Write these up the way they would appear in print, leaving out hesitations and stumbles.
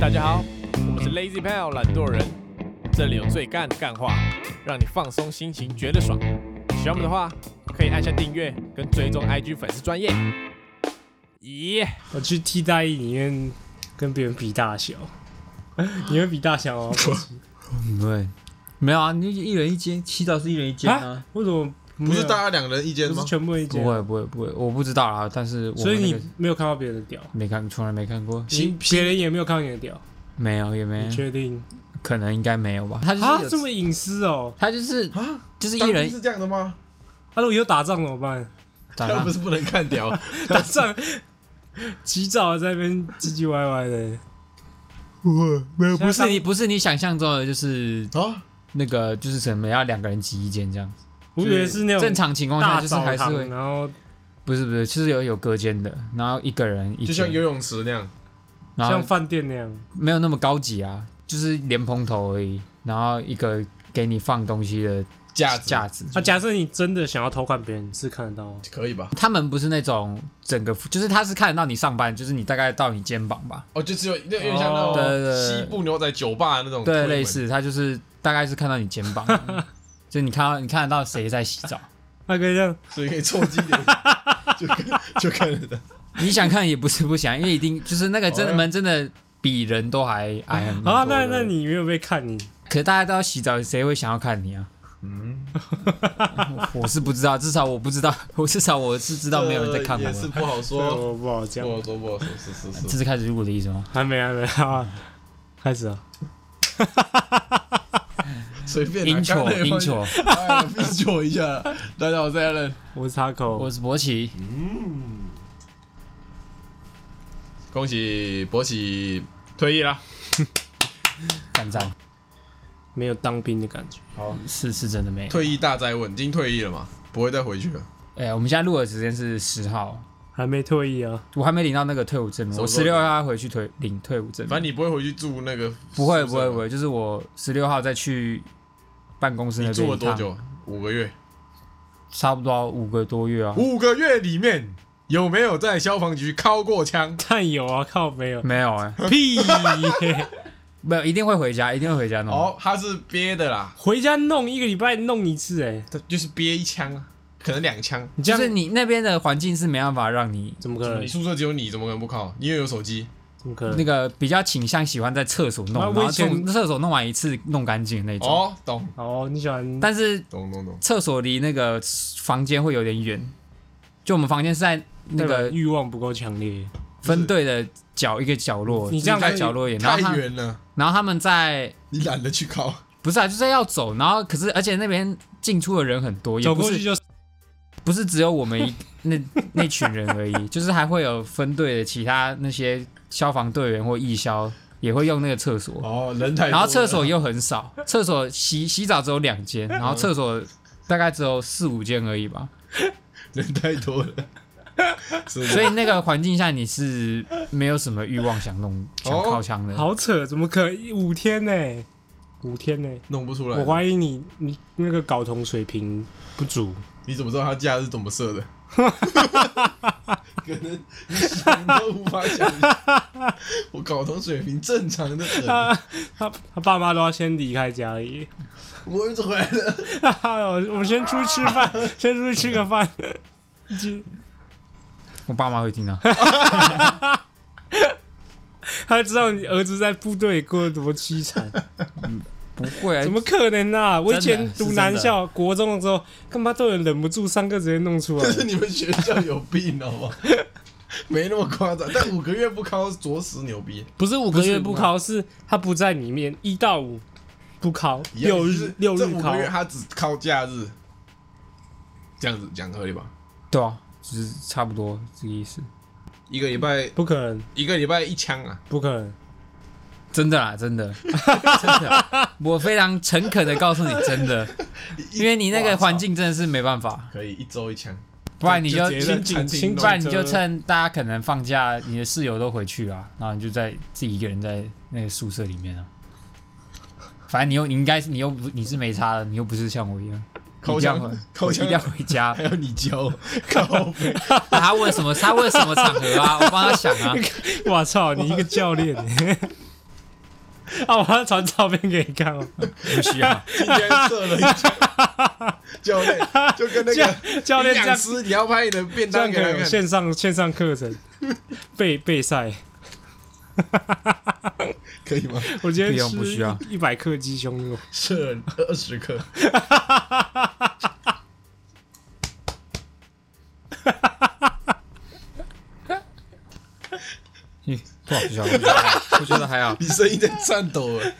大家好，我们是 Lazy Pal 懒惰人，这里有最干的干话，让你放松心情，觉得爽。喜欢我们的话，可以按下订阅跟追踪 IG 粉丝专页。咦， 我去替代役里面跟别人比大小，你会比大小吗？ 对，没有啊，你一人一间，祈祷是一人一间啊。 为什么不是大家2人一间吗？ 不是全部人一间？ 不会，我不知道啊。但是我所以你没有看到别人的屌？ 没看，从来没看过。 别人也没有看到你的屌？ 没有，也没有。 你确定？ 可能应该没有吧。他就是啊，这么隐私哦？ 他就是一人是这样的吗？ 如果以后打仗怎么办？ 他不是不能看屌， 打仗急躁在那边唧唧歪歪的。 没有，不是你想象中的，就是啊， 那个就是什么要2个人挤一间这样子。 我以为是那种正常情况下就是还是会， 然后不是，就是有隔间的，然后一个人一间， 就像游泳池那样， 然后像饭店那样， 没有那么高级啊，就是莲蓬头而已，然后一个给你放东西的架子。 假设你真的想要偷看别人，是看得到吗？ 可以吧？ 他们不是那种整个，就是他是看得到你上班，就是你大概到你肩膀吧。 哦，就只有有点像那种西部牛仔酒吧那种， 对，类似，他就是大概是看到你肩膀，就你看得到谁在洗澡。 他可以这样， 所以可以凑近点，就看得到。 你想看也不是不想，因为一定就是那个门真的比人都还矮很多。 啊，那你没有被看你？ 可是大家都要洗澡，谁会想要看你啊？我是不知道，至少我不知道，我是知道没有人在看我。 也是不好说， 我不好讲， 不好说，是。 这是开始录的意思吗？ 还没啊，开始啊。 随便音球一下。大家好，我是 Allen， 我是 Taco， 我是博奇。 恭喜博奇退役啦！ 赞， 没有当兵的感觉。 好， 是真的没有。 退役大灾问，已经退役了嘛，不会再回去了。 我们现在录的时间是10号， 还没退役啊？ 我还没领到那个退伍证，我16号要回去领退伍证。 反正你不会回去住那个， 不会，就是我16号再去办公室那边。 你住了多久？5个月， 差不多5个多月啊。 5个月里面有没有在消防局敲过枪？ 但有啊，靠没有？ 没有屁！ 没有，一定会回家弄。 哦，他是憋的啦， 回家弄1个礼拜弄一次， 他就是憋1枪啊，可能2枪。 就是你那边的环境是没办法让你， 怎么可能？ 你宿舍只有你，怎么可能不靠？你也有手机， 怎么可能？ 那个比较倾向喜欢在厕所弄，然后从厕所弄完一次弄干净的那种。 哦，懂。 哦，你喜欢？ 但是懂。 厕所离那个房间会有点远，就我们房间是在那个欲望不够强烈， 分队的一个角落， 你这样在角落也太远了。 然后他们在， 你懒得去靠， 不是啊，就是要走，然后可是而且那边进出的人很多， 走过去就不是只有我们那群人而已，就是还会有分队的其他那些消防队员或义消也会用那个厕所。 哦，人太多了， 然后厕所又很少，厕所洗澡只有2间，然后厕所大概只有4、5间而已吧， 人太多了。 所以那个环境下你是没有什么欲望想靠枪的。 好扯，怎么可能5天呢？5天呢？ 弄不出来。 我怀疑你那个睾酮水平不足。 你怎么知道他家是怎么设的？可能你想都无法想象。我睾酮水平正常的很。 他爸妈都要先离开家里。 我儿子回来了。 我们先出去吃饭，先出去吃个饭。 我爸妈会听到。 他知道你儿子在部队过得多凄惨。 不会啊， 怎么可能啊！我以前读男校国中的时候，干嘛都有人忍不住3个直接弄出来。 但是你们学校有病好吗？没那么夸张，但5个月不考着实牛逼。 不是5个月不考，是他不在里面，1到5不考，6日考。 这5个月他只考假日，这样子讲合理吧？ 对啊，就是差不多这个意思。 一个礼拜不可能 ，1个礼拜1枪啊， 不可能， 真的啦，真的，我非常诚恳的告诉你，真的，因为你那个环境真的是没办法。 可以1周1枪， 不然你就趁大家可能放假，你的室友都回去啊，然后你就自己一个人在那个宿舍里面啊。反正你是没差的，你又不是像我一样。 口腔一定要回家， 还要你教，靠北。 他问什么场合啊？我帮他想啊。 我操，你一个教练， 啊，我要传照片给你看哦。 不需要。 今天射了一枪，教练就跟那个营教练这样养师，你要拍你的便这样可以有当给他看。 线上课程备赛。 可以吗？ 我今天不需要 100克鸡胸肉， 射20克。 不好笑，我觉得还好。 你声音在颤抖了。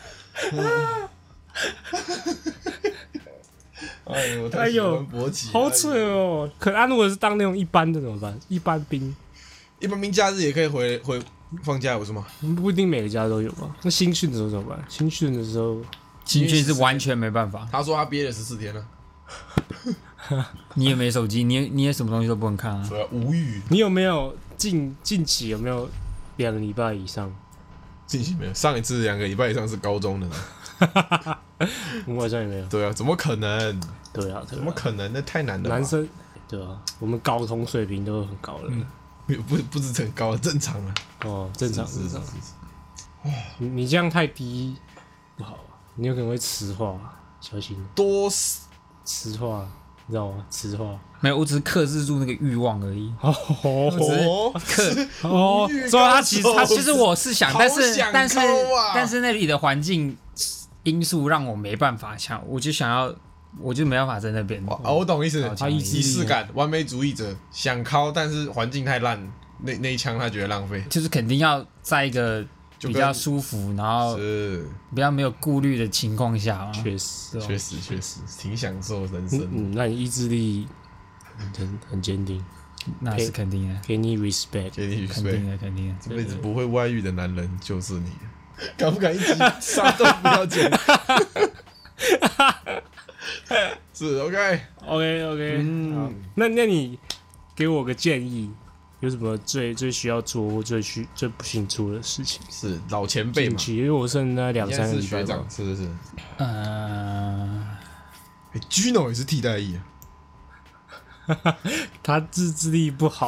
哎呦，我太喜欢勃起， 好扯哦！可如果是当那种一般的怎么办？一般兵， 一般兵假日也可以回放假，不是吗？ 不一定每个家都有吧？那新训的时候怎么办？新训的时候， 新训是完全没办法。 他说他憋了14天了。 你也没手机，你也什么东西都不能看啊。 对啊，无语。 你有没有近期有没有2个礼拜以上？ 近期没有，上一次2个礼拜以上是高中的呢。 我们好像也没有。 对啊，怎么可能？ 对啊， 怎么可能？那太难了吧。 男生对啊，我们睾酮水平都很高了。 不是很高，正常啊。 哦，正常是正常。你这样太低不好，你有可能会雌化，小心。 多雌化，你知道吗？雌化。 没有，我只是克制住那个欲望而已。 哦，所以他其实我是想，但是那里的环境因素让我没办法想，我就没办法在那边。 我懂意思， 他仪式感，完美主义者想敲，但是环境太烂，那一枪他觉得浪费， 就是肯定要在一个比较舒服，然后比较没有顾虑的情况下。 确实， 挺享受人生。 那你意志力很坚定， 那是肯定的。 给你 respect， 肯定的。 这辈子不会外遇的男人就是你。敢不敢一集杀都不要剪？是 OK。 那你给我个建议，有什么最需要做或最不幸做的事情？ 是老前辈嘛？ 因为我剩那2-3个礼拜。 学长，是。 Gino 也是替代役啊。他自制力不好。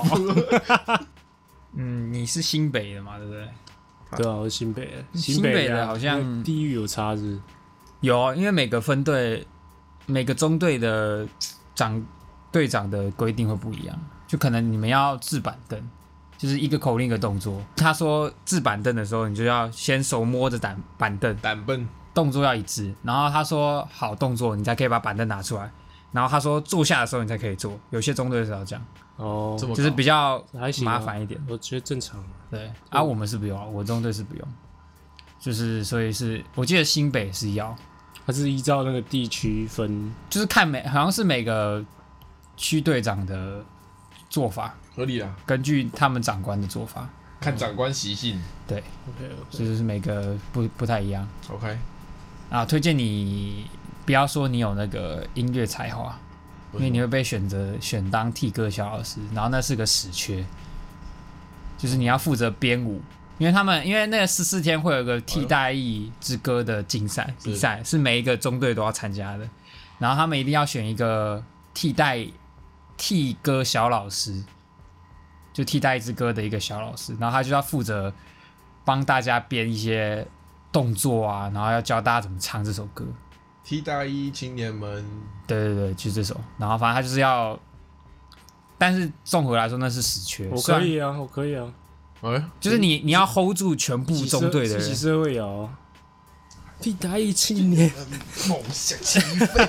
你是新北的嘛？对不对？ 对啊，我是新北的。 新北的好像地域有差是？ 有，因为每个分队、每个中队的队长的规定会不一样，就可能你们要制板凳，就是一个口令一个动作。他说制板凳的时候，你就要先手摸着板凳，动作要一致。然后他说好动作，你才可以把板凳拿出来。然后他说坐下的时候你才可以坐，有些中队是要这样。 哦， 就是比较麻烦一点。 我觉得正常。 对啊，我们是不用，我中队是不用。就是所以是我记得新北是要， 它是依照那个地区分， 就是看好像是每个区队长的做法， 合理啦， 根据他们长官的做法， 看长官习性。 对 ，OK， 就是每个不太一样。 OK， 啊，推荐你不要说你有那个音乐才华，因为你会被选当替歌小老师，然后那是个死缺，就是你要负责编舞。因为那个14天会有一个替代役之歌的比赛，是每一个中队都要参加的，然后他们一定要选一个替歌小老师，就替代一支歌的一个小老师，然后他就要负责帮大家编一些动作啊，然后要教大家怎么唱这首歌。 替代役青年们， 对，就是这首，然后反正他就是要，但是综合来说那是死缺。 我可以啊。 就是你要 hold 住全部中队的人， 其实会有替代役青年梦想起飞，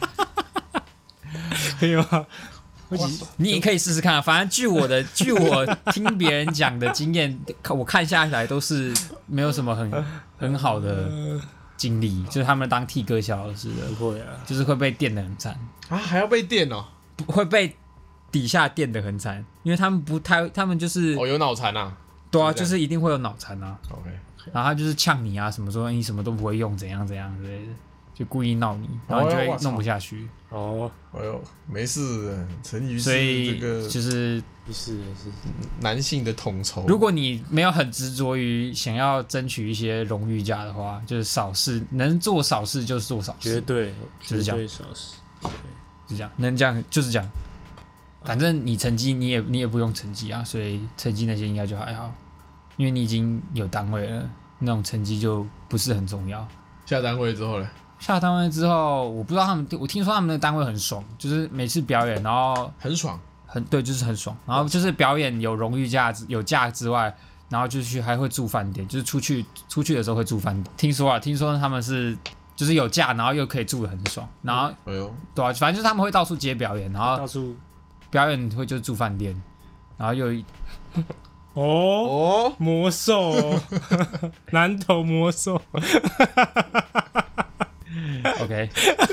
可以吗？ 你也可以试试看，反正据我听别人讲的经验，我看下来都是没有什么很好的经历，就是他们当替歌小老师的， 不会啊， 就是会被电得很惨啊，还要被电哦， 会被底下电得很惨，因为他们就是有脑残啊。 对啊，就是一定会有脑残啊。 OK， 然后他就是呛你啊，什么说你什么都不会用，怎样之类的，就故意闹你，然后你就会弄不下去。 没事，陈宇所以这个就是男性的统筹。 如果你没有很执着于想要争取一些荣誉价的话，就是少事能做少事就是做少事， 绝对就是这样， 少事， 就这样，能这样就是这样。反正你成绩你也不用成绩啊，所以成绩那些应该就还好，因为你已经有单位了， 那种成绩就不是很重要。 下单位之后呢？ 下单位之后，我不知道我听说他们的单位很爽，就是每次表演，然后很爽， 对，就是很爽。然后就是表演有荣誉价有假之外，然后就还会住饭店，就是出去的时候会住饭店。听说他们是就是有假，然后又可以住得很爽。然后对啊，反正就是他们会到处接表演，然后到处表演会就住饭店，然后又魔兽南投魔兽 OK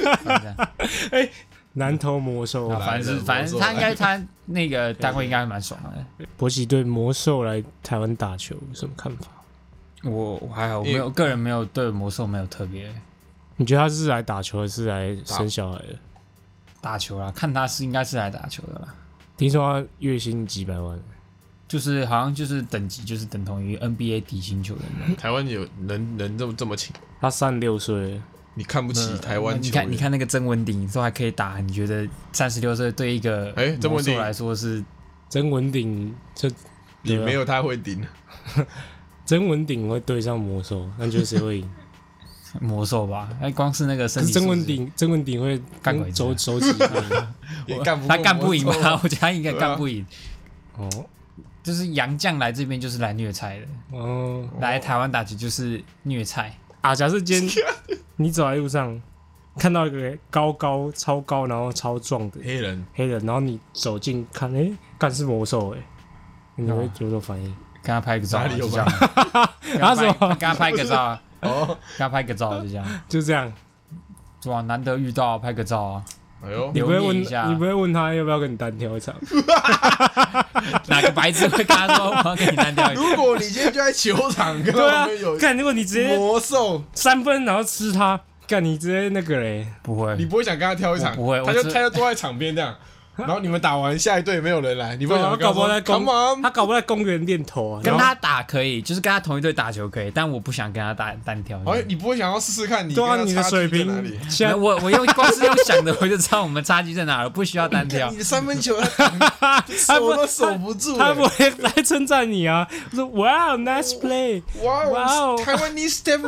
南投魔兽， 反正他那个单位应该蛮爽的。 博奇对魔兽来台湾打球有什么看法？ 我还好，个人没有对魔兽没有特别。 你觉得他是来打球，还是来生小孩的？ 打球啦，看他应该是来打球的啦。 听说他月薪几百万， 就是好像就是等级就是等同于 NBA 底薪球员。 台湾有人这么请？ 他36岁。 你看不起台湾球员？ 你看那个曾文鼎都还可以打，你觉得36岁对一个魔兽来说是？ 曾文鼎这也没有他会顶。 曾文鼎会对上魔兽，那你觉得谁会赢？ 魔兽吧，光是那个身体素质。 曾文鼎会干鬼走几他干不赢吧？我觉得他应该干不赢。 哦， 就是洋将来这边就是来虐菜的。哦，来台湾打球就是虐菜啊！假设今天你走在路上看到一个超高然后超壮的黑人， 然后你走近看，干是魔兽你会有什么反应？ 跟他拍个照，就这样。 他什么？ 跟他拍个照跟他拍个照，就这样，是吧？难得遇到，拍个照啊！ 哎呦， 你不会问他要不要跟你单挑一场？ 哪个白痴会跟他说我要跟你单挑一场？ 如果你今天就在球场跟他们有， 看如果你直接魔兽 3分然后吃他，干你直接那个嘞？ 不会， 你不会想跟他挑一场？ 不会， 他就坐在场边这样。然后你们打完下一队没有人来，你不想搞不好在他搞不好在公园练头啊。 跟他打可以，就是跟他同一队打球可以，但我不想跟他打单挑。 你不会想要试试看你的水平哪里？ 我光是用想的我就知道我们差距在哪了，不需要单挑。 你的3分球他守都守不住， 他不会来称赞你啊！我说哇 ，nice play， 哇，台湾 need Steph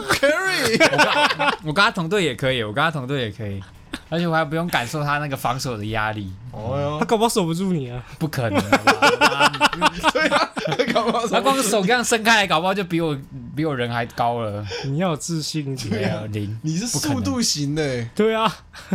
Curry。 我跟他同队也可以，而且我还不用感受他那个防守的压力。 他搞不好守不住你啊！ 不可能， 对啊， 他光是手这样伸开来，搞不好就比我人还高了。 你要有自信一点， 零， 你是速度型的。 对啊，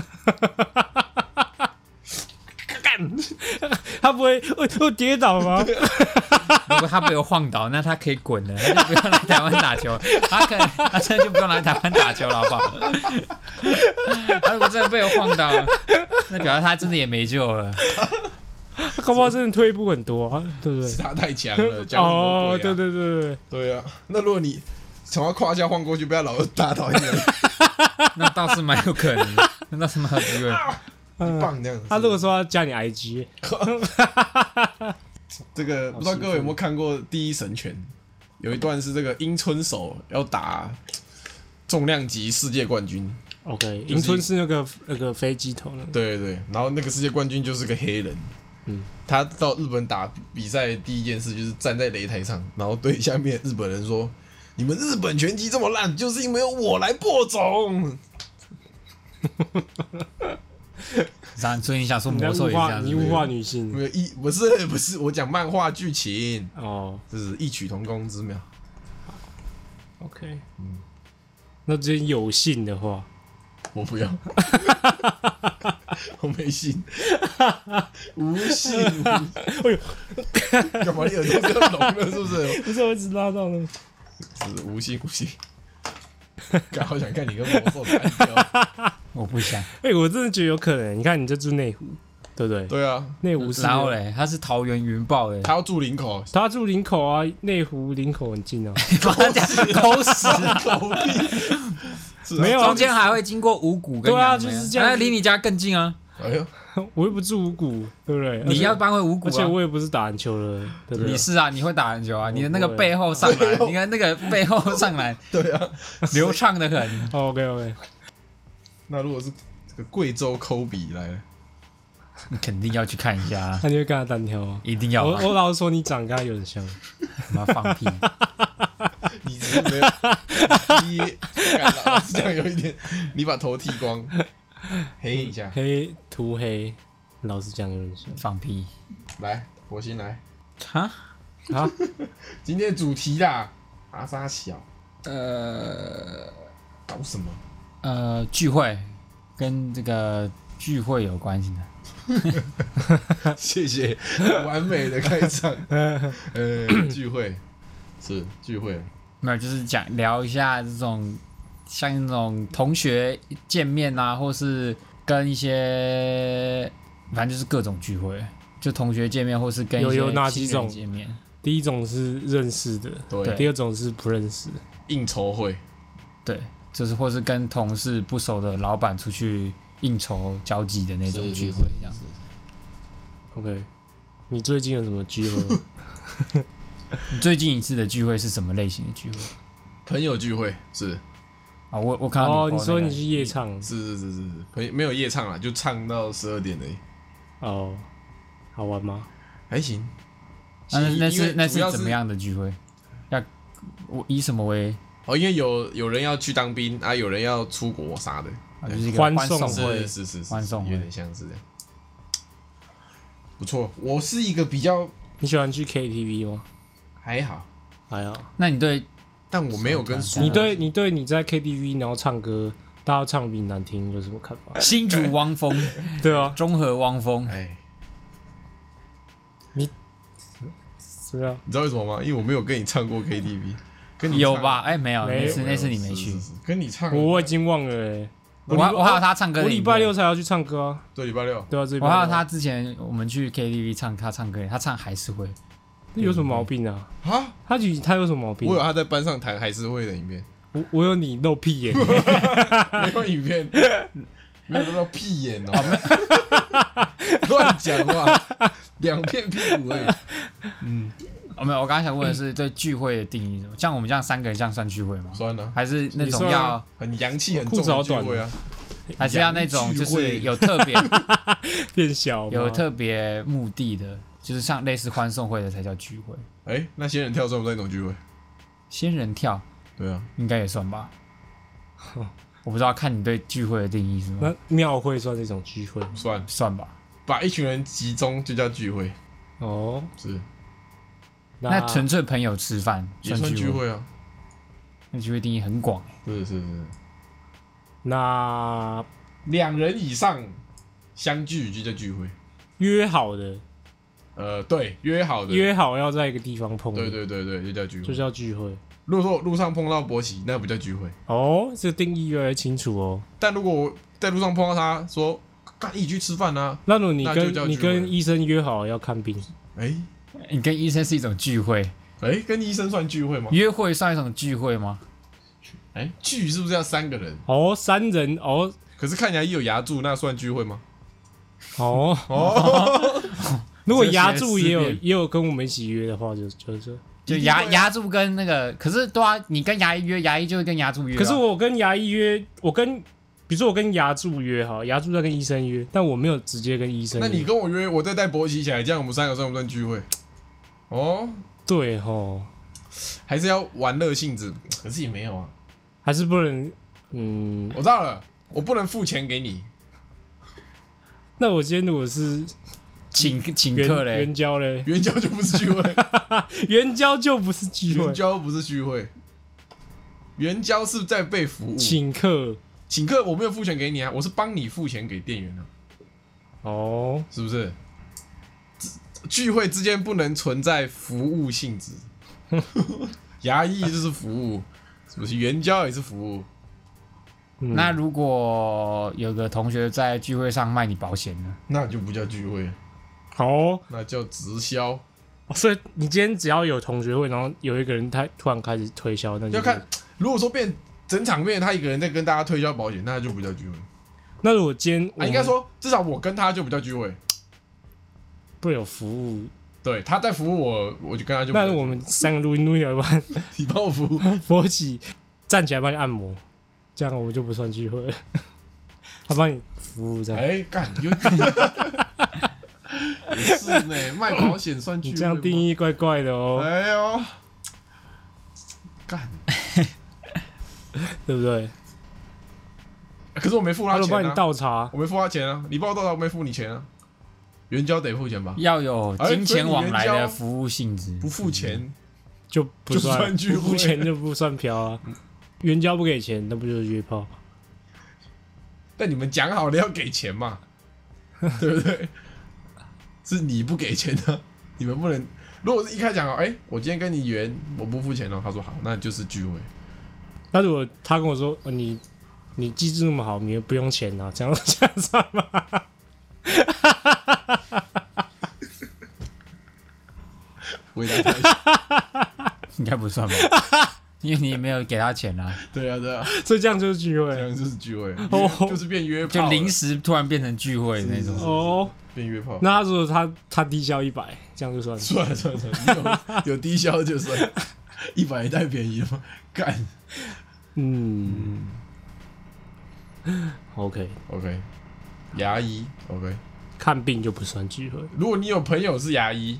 他不会我跌倒吗？ 如果他被我晃倒，那他可以滚了，他就不用来台湾打球。他真的就不用来台湾打球了，好不好？他如果真的被我晃倒，那表示他真的也没救了。 他搞不好真的退步很多啊，对不对？ 是他太强了，对啊。那如果你从他胯下晃过去，被他老二打倒一点， 那倒是蛮有可能的，那倒是蛮有机会。 一棒这样子。 他如果说要加你 IG， 这个不知道各位有没有看过《第一神拳》？有一段是这个樱村守要打重量级世界冠军。 OK， 樱村是那个飞机头呢？ 对，然后那个世界冠军就是个黑人。他到日本打比赛第一件事就是站在擂台上，然后对下面日本人说：“你们日本拳击这么烂，就是因为我来播种。” 所以你想说魔兽也这样？ 你物化女性？ 不是，我讲漫画剧情哦，就是异曲同工之妙。 OK， 那真有幸的话， 我不要，我没信，无信。哎呦，干嘛？你耳朵这样聋了是不是？ 不是，我只拉到了。 是无信。刚好想看你跟魔兽单挑。 我不想。 我真的觉得有可能。你看，你就住内湖，对不对？ 对啊， 内湖是。 然后嘞，他是桃园云豹的， 他要住林口。 他住林口啊，内湖林口很近啊。 狗屎， 狗屁。 没有， 中间还会经过五股跟对啊，就是这样。 离你家更近啊。 哎呦， 我又不住五股，对不对？ 你要搬回五股， 而且我也不是打篮球的，对不对？ 你是啊，你会打篮球啊？你的那个背后上来，你看那个背后上来， 对啊， 流畅的很。 OK。 那如果是这个贵州科比来了， 你肯定要去看一下。 那你会跟他单挑啊？ 一定要。 我老实说，你长跟他有点像。 他妈放屁！ 你直是没有。老师讲有一点，你把头剃光，黑一下， 涂黑。老实讲，有点像放屁。 来，博鑫来。 哈？ 啊？ 今天的主题啦，阿沙小。搞什么？ 聚会，跟这个聚会有关系的。 谢谢，完美的开场。聚会是聚会， 没有，就是聊一下这种像那种同学见面啊，或是跟一些反正就是各种聚会，就同学见面，或是跟一些有哪几种见面？ 第一种是认识的， 对， 第二种是不认识的， 应酬会， 对，就是或是跟同事不熟的老板出去应酬交际的那种聚会，这样。 OK， 你最近有什么聚会？ 你最近一次的聚会是什么类型的聚会？ 朋友聚会是啊，我看到你说你去夜唱， 是，没有夜唱啦，就唱到12点而已。 哦，好玩吗？ 还行。 那是怎么样的聚会？我以什么为？ 因为有人要去当兵啊，有人要出国啥的， 就是一个欢送会， 是欢送会， 有点像是这样。不错，我是一个比较， 你喜欢去 KTV 吗？ 还好。 那你对？ 但我没有跟你对你在 KTV 然后唱歌，大家唱比你难听有什么看法？ 新竹汪峰， 对啊， 中和汪峰， 是啊， 你知道为什么吗？因为我没有跟你唱过 KTV， 跟你有吧？没有， 没有那次你没去， 跟你唱， 我已经忘了我还有他唱歌的， 我礼拜六才要去唱歌啊。 对，礼拜六。 对啊， 我还有他之前我们去 KTV 他唱歌，他唱还是会。 那有什么毛病啊？ 啊？ 他有什么毛病？ 我有他在班上弹还是会的影片。 我有你露屁眼， 没有影片，没有露屁眼哦。乱讲话，2片屁股而已。 没有，我刚刚想问的是对聚会的定义是什么？像我们这样3个人，这样算聚会吗？ 算了， 还是那种要很洋气、很重的聚会啊？ 还是要那种就是有特别变小， 有特别目的的，就是像类似欢送会的才叫聚会。 那仙人跳算不算一种聚会？ 仙人跳， 对啊， 应该也算吧。我不知道，看你对聚会的定义是吗？ 那庙会算一种聚会？ 算吧。 把一群人集中就叫聚会。 哦， 是。 那纯粹朋友吃饭也算聚会啊？ 那聚会定义很广。 是。 那 2人以上相聚就叫聚会。 约好的， 对，约好要在一个地方碰。 对，就叫聚会。 就叫聚会。 如果说路上碰到博喜，那不叫聚会。 哦，这个定义越来越清楚哦。 但如果我在路上碰到他说一起去吃饭啊， 那如果你跟医生约好要看病， 你跟医生是一种聚会。 跟医生算聚会吗？ 约会算一种聚会吗？ 聚是不是要3个人 ？3人哦。 可是看起来有牙柱，那算聚会吗？ 如果牙柱也有跟我们一起约的话， 就牙柱跟那个，可是对啊，你跟牙医约，牙医就会跟牙柱约。 可是我跟牙医约，比如说我跟牙柱约好，牙柱在跟医生约，但我没有直接跟医生约。 那你跟我约，我再带博奇起来，这样我们3个算不算聚会？ 对吼， 还是要玩乐性质，可是也没有啊， 还是不能。 我知道了，我不能付钱给你。 那我今天如果是请客嘞， 援交嘞， 援交就不是聚会， 援交就不是聚会， 援交不是聚会，援交是在被服务。请客我没有付钱给你啊，我是帮你付钱给店员啊。是不是？聚会之间不能存在服务性质。牙医就是服务，是不是？援交也是服务。 那如果有个同学在聚会上卖你保险呢？ 那就不叫聚会，那叫直销。 所以你今天只要有同学会，然后有一个人他突然开始推销，那就要看。如果说整场面他一个人在跟大家推销保险，那就不叫聚会。 那如果今天应该说至少我跟他就不叫聚会， 不有服务。 对，他在服务我就跟他就不。 那我们3个录音要不然你帮我服务， 博起站起来帮你按摩，这样我就不算聚会了。他帮你服务这样。 干有是呢，卖保险算聚会吗？ 你这样定义怪怪的哦。 干对不对？ 可是我没付他钱他都帮你啊， 倒茶， 我没付他钱啊，你帮我倒茶，我没付你钱啊。援交得付钱吧？ 要有金钱往来的服务性质， 不付钱就不算聚会， 不付钱就不算嫖啊。援交不给钱，那不就是约炮？ 但你们讲好了要给钱嘛，对不对？是你不给钱的，你们不能。如果是一开始讲好，我今天跟你圆，我不付钱哦，他说好，那就是聚会。 那如果他跟我说，你机制那么好，你不用钱啊，这样算吗？ 回答他应该不算吧？因为你也没有给他钱啊。 对啊，对啊， 所以这样就是聚会， 这样就是聚会， 哦就是变约炮， 就临时突然变成聚会的那种。 哦， 变约炮。 那他说他低消100，这样就算了。 算了，有低消就算，100也太便宜了吗？干。 OK， 牙医 OK， 看病就不算聚会。 如果你有朋友是牙医，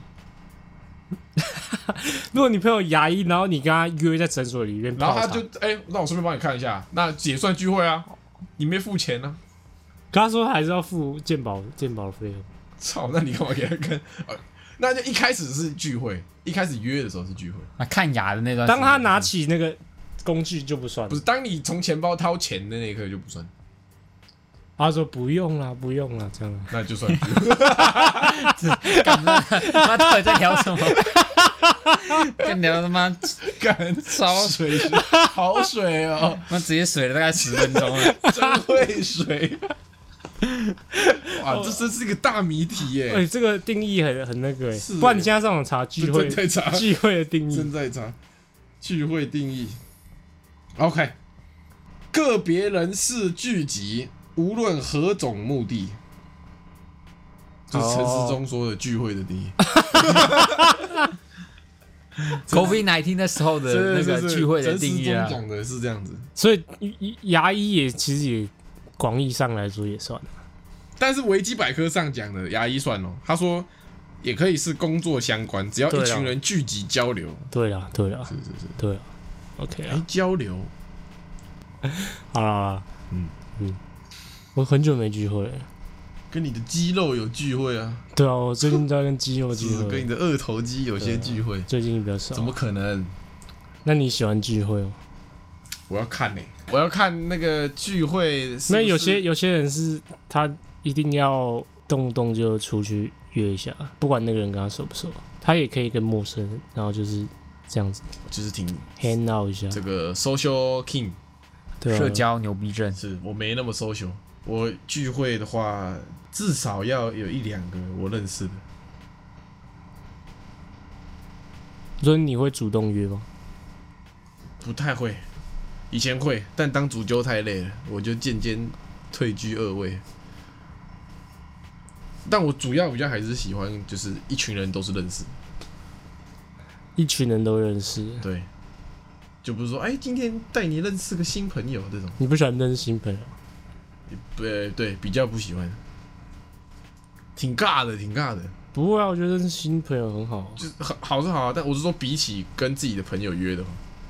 如果你朋友牙医，然后你跟他约在诊所里面泡茶， 然后他就那我顺便帮你看一下，那也算聚会啊，你没付钱啊。 跟他说还是要付健保的费用。 操，那你干嘛给他看？那就一开始是聚会，一开始约的时候是聚会。 那看牙的那段时间， 当他拿起那个工具就不算了。 不是，当你从钱包掏钱的那一刻就不算。 他说不用啦，这样。 那就算聚会。 他到底在聊什么？跟聊他妈干烧水，好水哦！ 那直接水了大概10分钟了， 真会水。哇，这真是一个大谜题耶！ 这个定义很那个是不然你现在上网查聚会， 正在查聚会的定义， 正在查聚会定义。OK， 个别人士聚集，无论何种目的，就是陈时中说的聚会的定义。 COVID-19 的时候的那个聚会的定义啊， 讲的是这样子。 所以牙医也其实也广义上来说也算。 但是维基百科上讲的牙医算哦，他说也可以是工作相关，只要一群人聚集交流。 对啦， 是， 对啊 ，OK 啊， 交流。 好啦，我很久没聚会了。 跟你的肌肉有聚会啊？ 对啊，我最近在跟肌肉聚会， 跟你的二头肌有些聚会， 最近比较少。 怎么可能？ 那你喜欢聚会吗？ 我要看我要看那个聚会是不是。 那有些人是他一定要动不动就出去约一下，不管那个人跟他熟不熟，他也可以跟陌生人，然后就是这样子， 就是挺 hang out 一下。 这个 social king， 对啊， 社交牛逼症。 是我没那么 social， 我聚会的话至少要有1-2个我认识的。 所以你会主动约吗？ 不太会，以前会，但当主揪太累了，我就渐渐退居2位。但我主要比较还是喜欢，就是一群人都是认识， 一群人都认识， 对，就不是说今天带你认识个新朋友这种。 你不喜欢认识新朋友？ 对，比较不喜欢，挺尬的。 不会啊，我觉得认识新朋友很好， 就是好是好啊，但我是说比起跟自己的朋友约的话，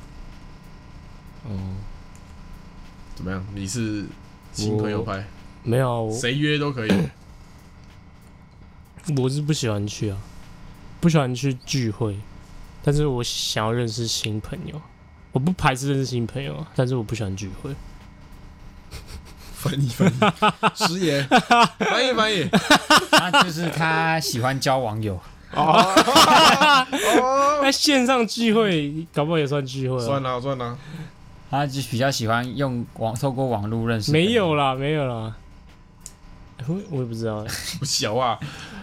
怎么样？你是新朋友派？ 没有， 谁约都可以。 我是不喜欢去啊，不喜欢去聚会，但是我想要认识新朋友。我不排斥认识新朋友，但是我不喜欢聚会。 翻译，失言，翻译。 那就是他喜欢交网友。 那线上聚会搞不好也算聚会。 算了。 他就比较喜欢透过网络认识。 没有啦。我也不知道。 不小啊。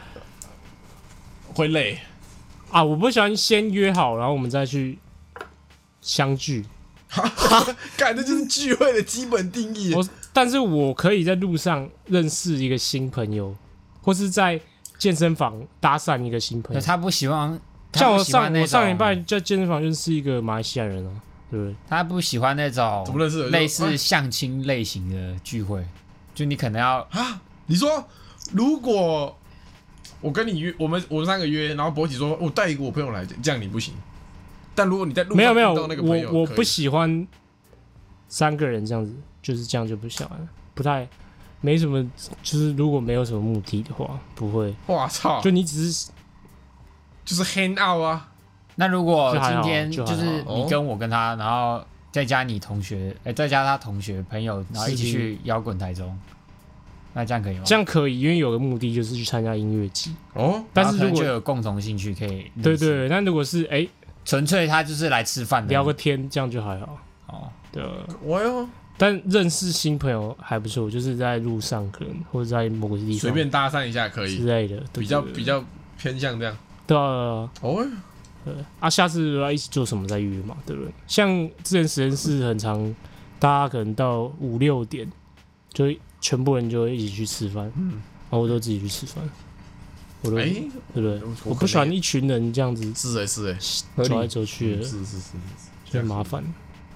会累啊！我不喜欢先约好，然后我们再去相聚。 干，这就是聚会的基本定义。 但是我可以在路上认识一个新朋友，或是在健身房搭讪一个新朋友。 他不喜欢， 像我上礼拜在健身房认识一个马来西亚人啊，对不对？ 他不喜欢那种怎么认识的类似相亲类型的聚会，就你可能要啊？你说如果我跟你约，我们3个约，然后博奇说我带一个我朋友来，这样你不行。但如果你在路上遇到那个朋友， 我不喜欢 3个人这样子，就是这样就不想了，不太没什么，就是如果没有什么目的的话，不会。 哇操！ 就你只是就是 hang out 啊。 那如果今天就就是你跟我跟他，然后再加你同学，再加他同学朋友，然后一起去摇滚台中，那这样可以吗？ 这样可以，因为有个目的就是去参加音乐季。 哦， 但是如果就有共同兴趣可以， 对，但如果是纯粹他就是来吃饭的聊个天，这样就还好。 哦， 对。 我哟， 但认识新朋友还不错，就是在路上可能或者在某个地方随便搭讪一下可以之类的， 比较偏向这样。 对啊。 哦。 下次要一起做什么再约嘛，对不对？像之前实验室很常，大家可能到5、6点，就全部人就会一起去吃饭，然后我都自己去吃饭，对不对？我不喜欢一群人这样子， 是走来走去的， 是， 就很麻烦。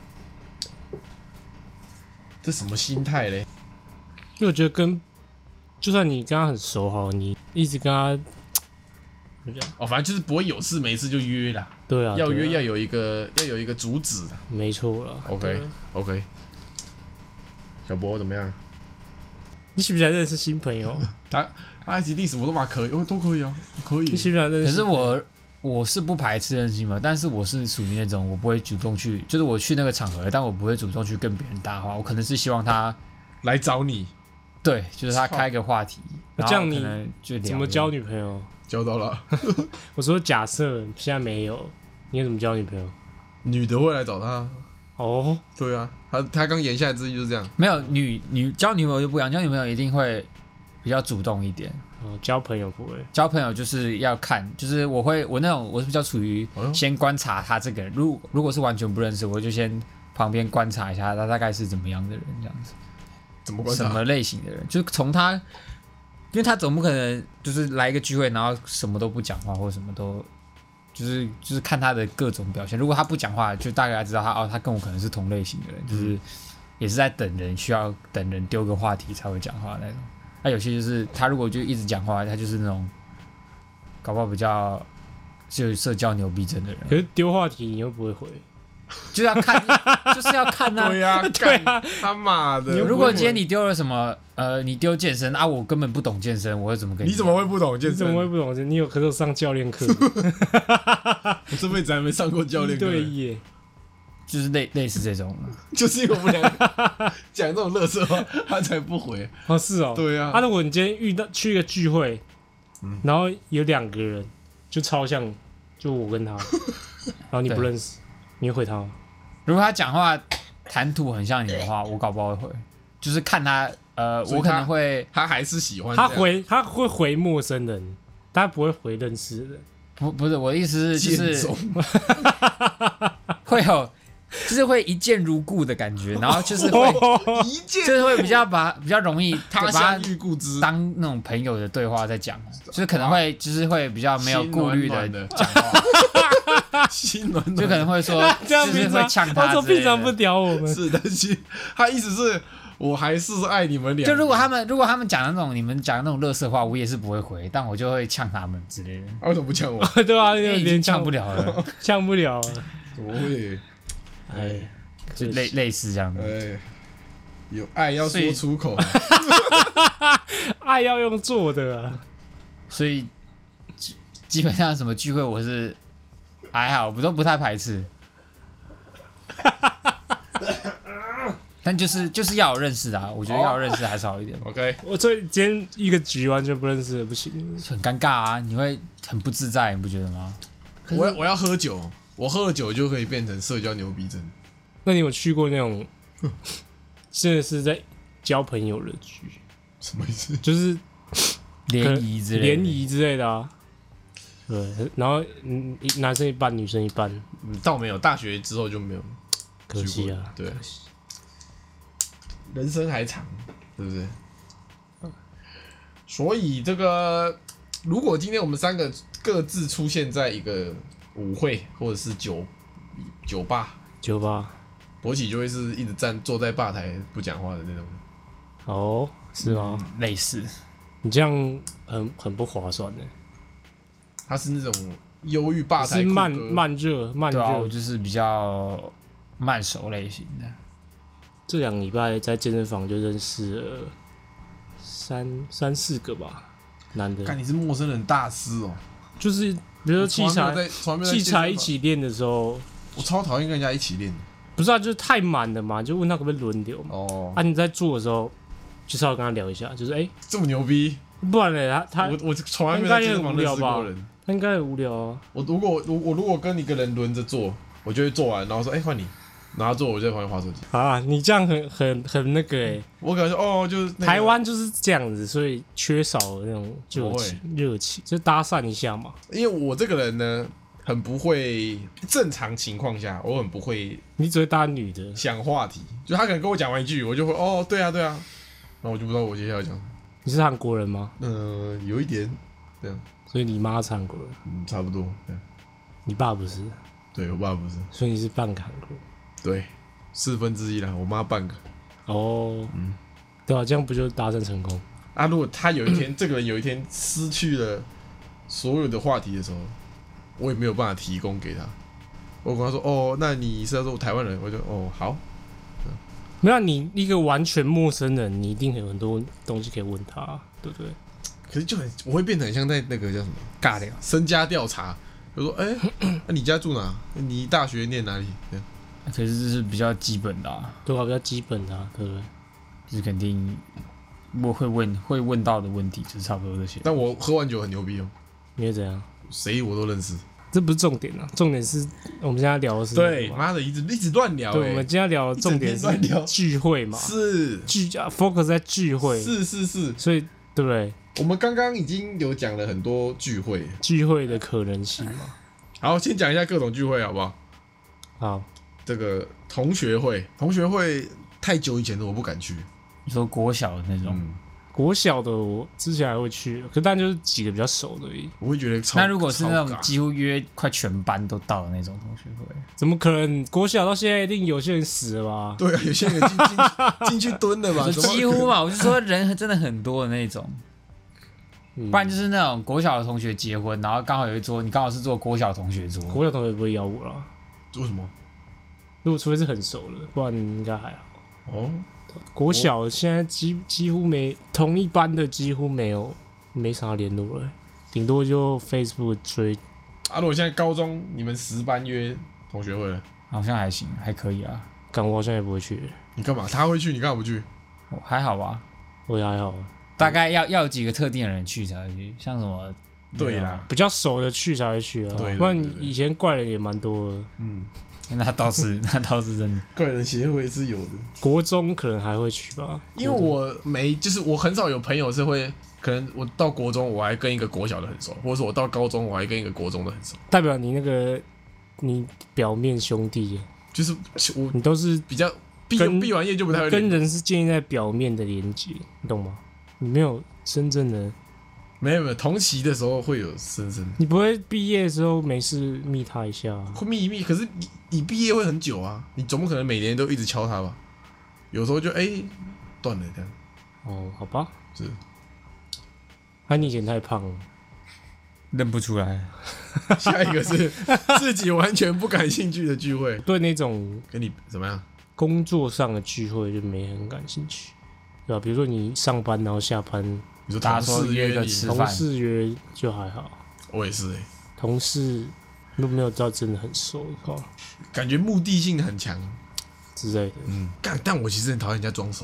这什么心态嘞？ 因为我觉得就算你跟他很熟好，你一直跟他。 反正就是不会有事没事就约啦。 对啊， 要约要有一个主旨的。 没错啦。 OK。小博怎么样？ 你喜不喜欢认识新朋友？ 他基地什么都嘛可以，都可以啊，可以。 你喜不喜欢认识？ 可是我是不排斥认识嘛，但是我是属于那种我不会主动去，就是我去那个场合，但我不会主动去跟别人搭话，我可能是希望他来找你。 对，就是他开个话题， 这样你就怎么交女朋友？ 交到了。 我说假设现在没有，你怎么交女朋友？ 女的会来找他。 哦， 对啊，他刚言下之意就是这样。 没有交女朋友就不一样，交女朋友一定会比较主动一点。 交朋友不会， 交朋友就是要看，就是我是比较处于先观察他这个人，如果是完全不认识，我就先旁边观察一下他大概是怎么样的人，这样子。 怎么观察？ 什么类型的人？就是从他，因为他总不可能就是来一个聚会，然后什么都不讲话，或什么都，就是看他的各种表现。如果他不讲话，就大概知道他跟我可能是同类型的人，就是也是在等人，需要等人丢个话题才会讲话那种。那有些就是他如果就一直讲话，他就是那种搞不好比较就社交牛逼症的人。 可是丢话题你又不会回。 就是要看，就是要看啊！ 对啊，对啊，他妈的！ 如果今天你丢了什么，你丢健身啊，我根本不懂健身，我会怎么跟你？ 你怎么会不懂健身？ 你怎么会不懂健身？你可是上教练课， 我这辈子还没上过教练课。 对耶， 就是类似这种， 就是因为我们两个讲这种垃圾话，他才不回。 哦，是哦， 对啊。 如果你今天去一个聚会，然后有2个人，就超像，就我跟他，然后你不认识。你会回他吗？ 如果他讲话谈吐很像你的话，我搞不好会回，就是看他，我可能会， 他还是喜欢他会回陌生人，他不会回认识的人。 不是我的意思是，就是会有，就是会一见如故的感觉，然后就是会就是会比较容易他乡遇故知， 当那种朋友的对话在讲，就是可能会就是会比较没有顾虑的讲话。 心暖就可能会说，就是会呛他。 他说平常不屌我们， 是的，他意思是我还是爱你们俩。 就如果他们讲那种你们讲那种垃圾话，我也是不会回，但我就会呛他们之类的。 为什么不呛我？ 对啊， 已经呛不了了， 呛不了了。 怎么会？ 就类似这样的。 有爱要说出口， 爱要用做的啊。 所以基本上什么聚会我是。还好，我都不太排斥，但就是要有认识的啊，我觉得要有认识还是好一点。 OK， 我所以今天一个局完全不认识的不行， 很尴尬啊，你会很不自在，你不觉得吗？ 我要喝酒，我喝了酒就可以变成社交牛逼症。 那你有去过那种真的是在交朋友的局？ 什么意思？ 就是联谊之类的啊。对，然后男生一半，女生一半。 倒没有，大学之后就没有。 可惜啊， 对，人生还长，对不对？所以这个，如果今天我们3个各自出现在一个舞会或者是酒吧，博起就会是一直坐在吧台不讲话的那种。 哦，是吗？ 类似。 你这样很不划算的。 他是那种忧郁吧台， 是慢热， 对啊，我就是比较慢熟类型的。 这2个礼拜在健身房就认识了三四个吧，男的。 看你是陌生人大师哦， 就是比如说器材一起练的时候， 我超讨厌跟人家一起练的。 不是啊，就是太满了嘛，就问他可不可以轮流嘛。 哦， 你在做的时候，就稍微跟他聊一下，就是这么牛逼， 不然呢我从来没有在健身房认识过人， 他应该很无聊啊。 我如果跟一个人轮着做，我就会做完，然后说换你，然后做我就在旁边滑手机。 啊，你这样很那个我感觉就是台湾就是这样子，所以缺少那种热情，就搭讪一下嘛。 因为我这个人呢，很不会正常情况下，我很不会， 你只会搭女的想话题，就他可能跟我讲完一句，我就会对啊，然后我就不知道我接下来讲什么。 你是韩国人吗？ 有一点这样， 所以你妈是韩国人， 差不多。 你爸不是？ 对，我爸不是， 所以你是半个韩国人。 对，1/4啦，我妈半个。 对啊，这样不就搭讪成功啊？如果他有一天，这个人有一天失去了所有的话题的时候，我也没有办法提供给他。我跟他说：“那你是要说台湾人？”我就好。 没有，你一个完全陌生人，你一定有很多东西可以问他，对不对？ 可是我会变得很像在那个叫什么尬聊、 身家调查。就说：“那你家住哪？你大学念哪里？” 可是这是比较基本的对啊，比较基本的对不对？ 就是肯定我会问到的问题，就是差不多这些。 但我喝完酒很牛逼哦。 你会怎样？ 谁我都认识。 这不是重点啊，重点是我们现在聊的是对，妈的，一直乱聊。 对，我们今天聊的重点是聚会嘛， 是 focus 在聚会， 是， 所以对不对？ 我们刚刚已经有讲了很多聚会的可能性嘛。 好，先讲一下各种聚会好不好？ 好， 这个同学会太久以前的我不敢去。 你说国小的那种。 国小的我之前还会去，但就是几个比较熟的而已。 我会觉得那如果是那种几乎约快全班都到的那种同学会， 怎么可能？国小到现在一定有些人死了吧？ 对啊，有些人进去蹲了吧？ 几乎嘛，我就说人真的很多的那种。不然就是那种国小的同学结婚，然后刚好有一桌，你刚好是坐国小同学桌。 国小同学不会邀我啦。 为什么？ 如果除非是很熟了，不然应该还好。国小现在几乎同一班的几乎没啥联络了，顶多就 Facebook 追。 如果现在高中你们10班约同学会了， 好像还行，还可以啊。 我好像也不会去。 你干嘛？他会去，你干嘛不去？ 还好吧， 我也还好。 大概要有几个特定的人去才会去，像什么对啦， 比较熟的去才会去啊。不然以前怪人也蛮多的。 那倒是真的。 怪人协会是有的。 国中可能还会去吧， 因为我很少有朋友是会，可能我到国中我还跟一个国小的很熟，或者是我到高中我还跟一个国中的很熟。 代表你表面兄弟， 就是你都是比较毕完业就不太会跟人是建立在表面的连接，你懂吗？你没有真正的。 没有，同期的时候会有深， 你不会毕业的时候没事密他一下会密一密，可是你毕业会很久啊，你总不可能每年都一直敲他吧？有时候就断了这样。 好吧， 是。 你以前太胖了， 认不出来。 下一个是自己完全不感兴趣的聚会， 对那种跟你怎么样？ 工作上的聚会就没很感兴趣，对吧？比如说你上班然后下班。 你说同事约个吃饭， 同事约就还好。 我也是同事都没有到真的很熟的话， 感觉目的性很强之类的。但我其实很讨厌人家装熟。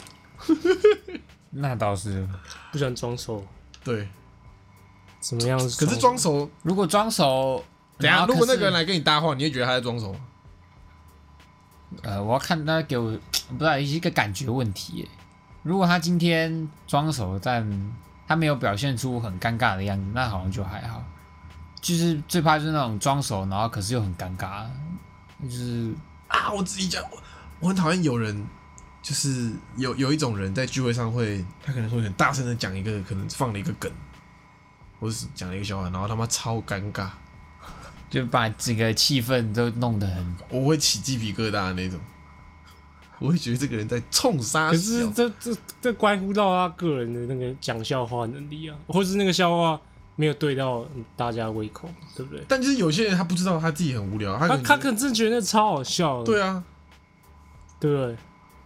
那倒是不喜欢装熟。 对， 怎么样？ 可是装熟， 如果装熟， 等一下如果那个人来跟你搭话，你会觉得他在装熟吗？ 我要看他给我不知道一个感觉问题耶。如果他今天装熟，但他没有表现出很尴尬的样子，那好像就还好。就是最怕就是那种装熟，然后可是又很尴尬，就是我自己讲，我很讨厌有人，就是有一种人在聚会上他可能会很大声的讲一个，可能放了一个梗，或者是讲了一个笑话，然后他妈超尴尬， 就把整个气氛都弄得很， 我会起鸡皮疙瘩的那种。我会觉得这个人在冲杀小。 可是这关乎到他个人的那个讲笑话能力啊，或是那个笑话没有对到大家胃口，对不对？ 但就是有些人他不知道他自己很无聊，他可能真的觉得那超好笑的。 对啊， 对不对？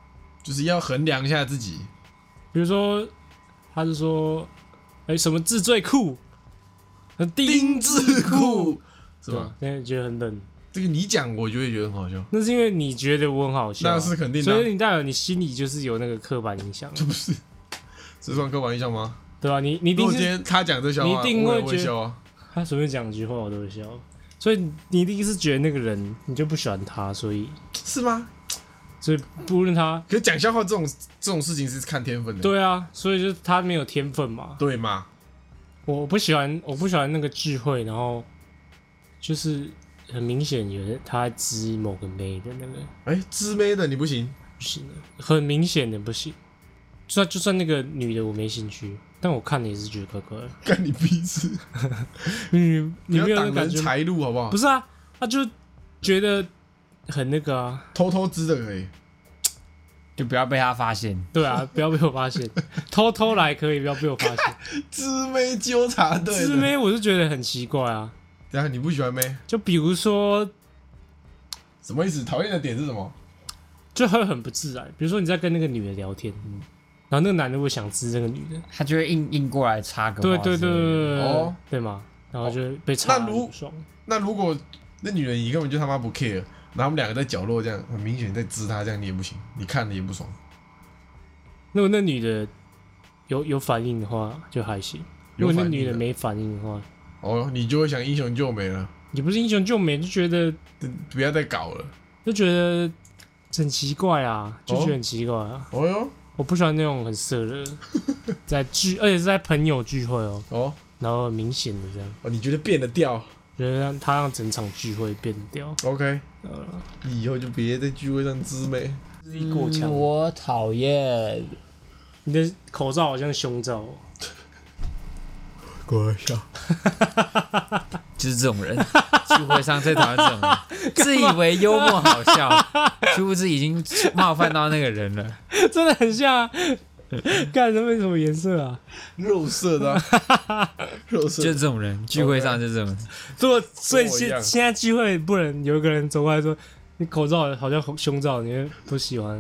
就是要衡量一下自己。 比如说，他是说，什么字最酷？丁字酷， 是吧？ 现在觉得很冷。 这个你讲，我就会觉得很好笑。 那是因为你觉得我很好笑， 那是肯定的。 所以你代表你心里就是有那个刻板印象。 这不是，这算刻板印象吗？ 对吧？你一定是今天他讲这笑话， 你一定会觉得他随便讲一句话我都会笑，所以你一定是觉得那个人你就不喜欢他，所以是吗？ 所以不论他， 可是讲笑话这种事情是看天分的。 对啊，所以就是他没有天分嘛。 对嘛？ 我不喜欢那个聚会，然后就是很明显有人他在支某个妹的那个， 支妹的你不行， 不行，很明显的不行。就算那个女的我没兴趣，但我看了也是觉得怪怪的。 干你屁事！ 你没有那感觉财路好不好？ 不是啊，他就觉得很那个啊， 偷支的可以， 就不要被他发现。 对啊，不要被我发现，偷来可以，不要被我发现。 支妹纠察队， 支妹我是觉得很奇怪啊。 然后你不喜欢妹？ 就比如说， 什么意思？讨厌的点是什么？ 就会很不自然。比如说你在跟那个女的聊天，然后那个男的会想支这个女的， 他就会硬过来插个话。 对， 哦， 对嘛，然后就被插不爽。 那如果那女人你根本就他妈不 care，然后他们两个在角落这样很明显在支他，这样你也不行，你看了也不爽。 如果那女的有反应的话就还行，如果那女的没反应的话， 你就会想英雄救美了。 也不是英雄救美，就觉得不要再搞了， 就觉得很奇怪啊，就觉得很奇怪啊。 哦哟， 我不喜欢那种很色的，而且是在朋友聚会然后很明显的这样。 你觉得变得掉？ 觉得他让整场聚会变掉。 OK，你以后就别在聚会上支妹。 过强， 我讨厌。 你的口罩好像胸罩。 乖笑， 就是这种人，聚会上最讨厌这种人，自以为幽默好笑，殊不知已经冒犯到那个人了。 真的很像啊！干什么？什么颜色啊？ 肉色的、肉色就是这种人，聚会上就这种人。 所以现在聚会不能有一个人走过来说你口罩好像胸罩，你会不喜欢？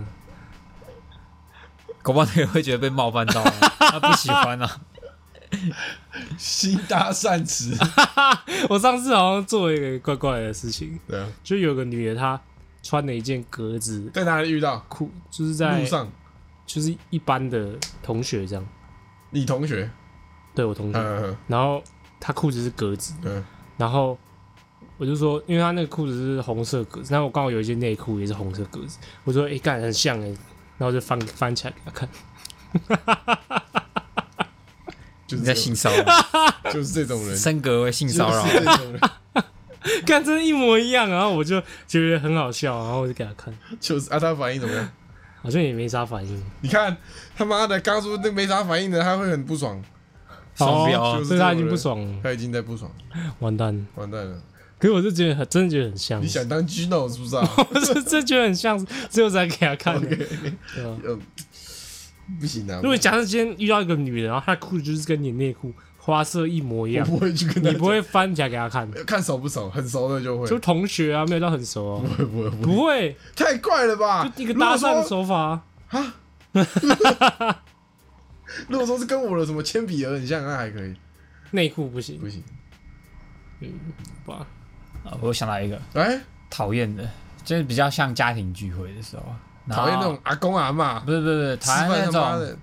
搞不好那个人会觉得被冒犯到，他不喜欢啊。 心大善词。 我上次好像做了一个怪怪的事情， 对啊， 就有个女的她穿了一件格子， 在哪里遇到？ 裤，就是在路上， 就是一般的同学这样。 你同学？ 对我同学，然后她裤子是格子，然后我就说，因为她那个裤子是红色格子，然后我刚好有一件内裤也是红色格子，我说干很像然后就翻起来给她看。 你在性骚扰， 就是这种人， 升格为性骚扰， 就是这种人， 看真的一模一样，然后我就觉得很好笑，然后我就给他看， 就是他反应怎么样？ 好像也没啥反应。 你看他妈的，刚说那没啥反应的，他会很不爽， 双标， 所以他已经不爽了， 他已经在不爽， 完蛋了。 可是我就觉得真的觉得很像， 你想当 Gino 是不是啊？ 我是真觉得很像，所以我才给他看的。 不行啊！ 如果假设今天遇到一个女人，然后她的裤子就是跟你内裤花色一模一样， 我不会去跟她， 你不会翻起来给她看， 看熟不熟，很熟的就会， 就同学啊，没有到很熟啊， 不会， 太怪了吧？ 就一个搭讪的手法啊。如果说是跟我的什么铅笔盒很像，那还可以， 内裤不行， 吧。我想到一个，讨厌的，就是比较像家庭聚会的时候。 讨厌那种阿公阿嬷， 不是，讨厌那种，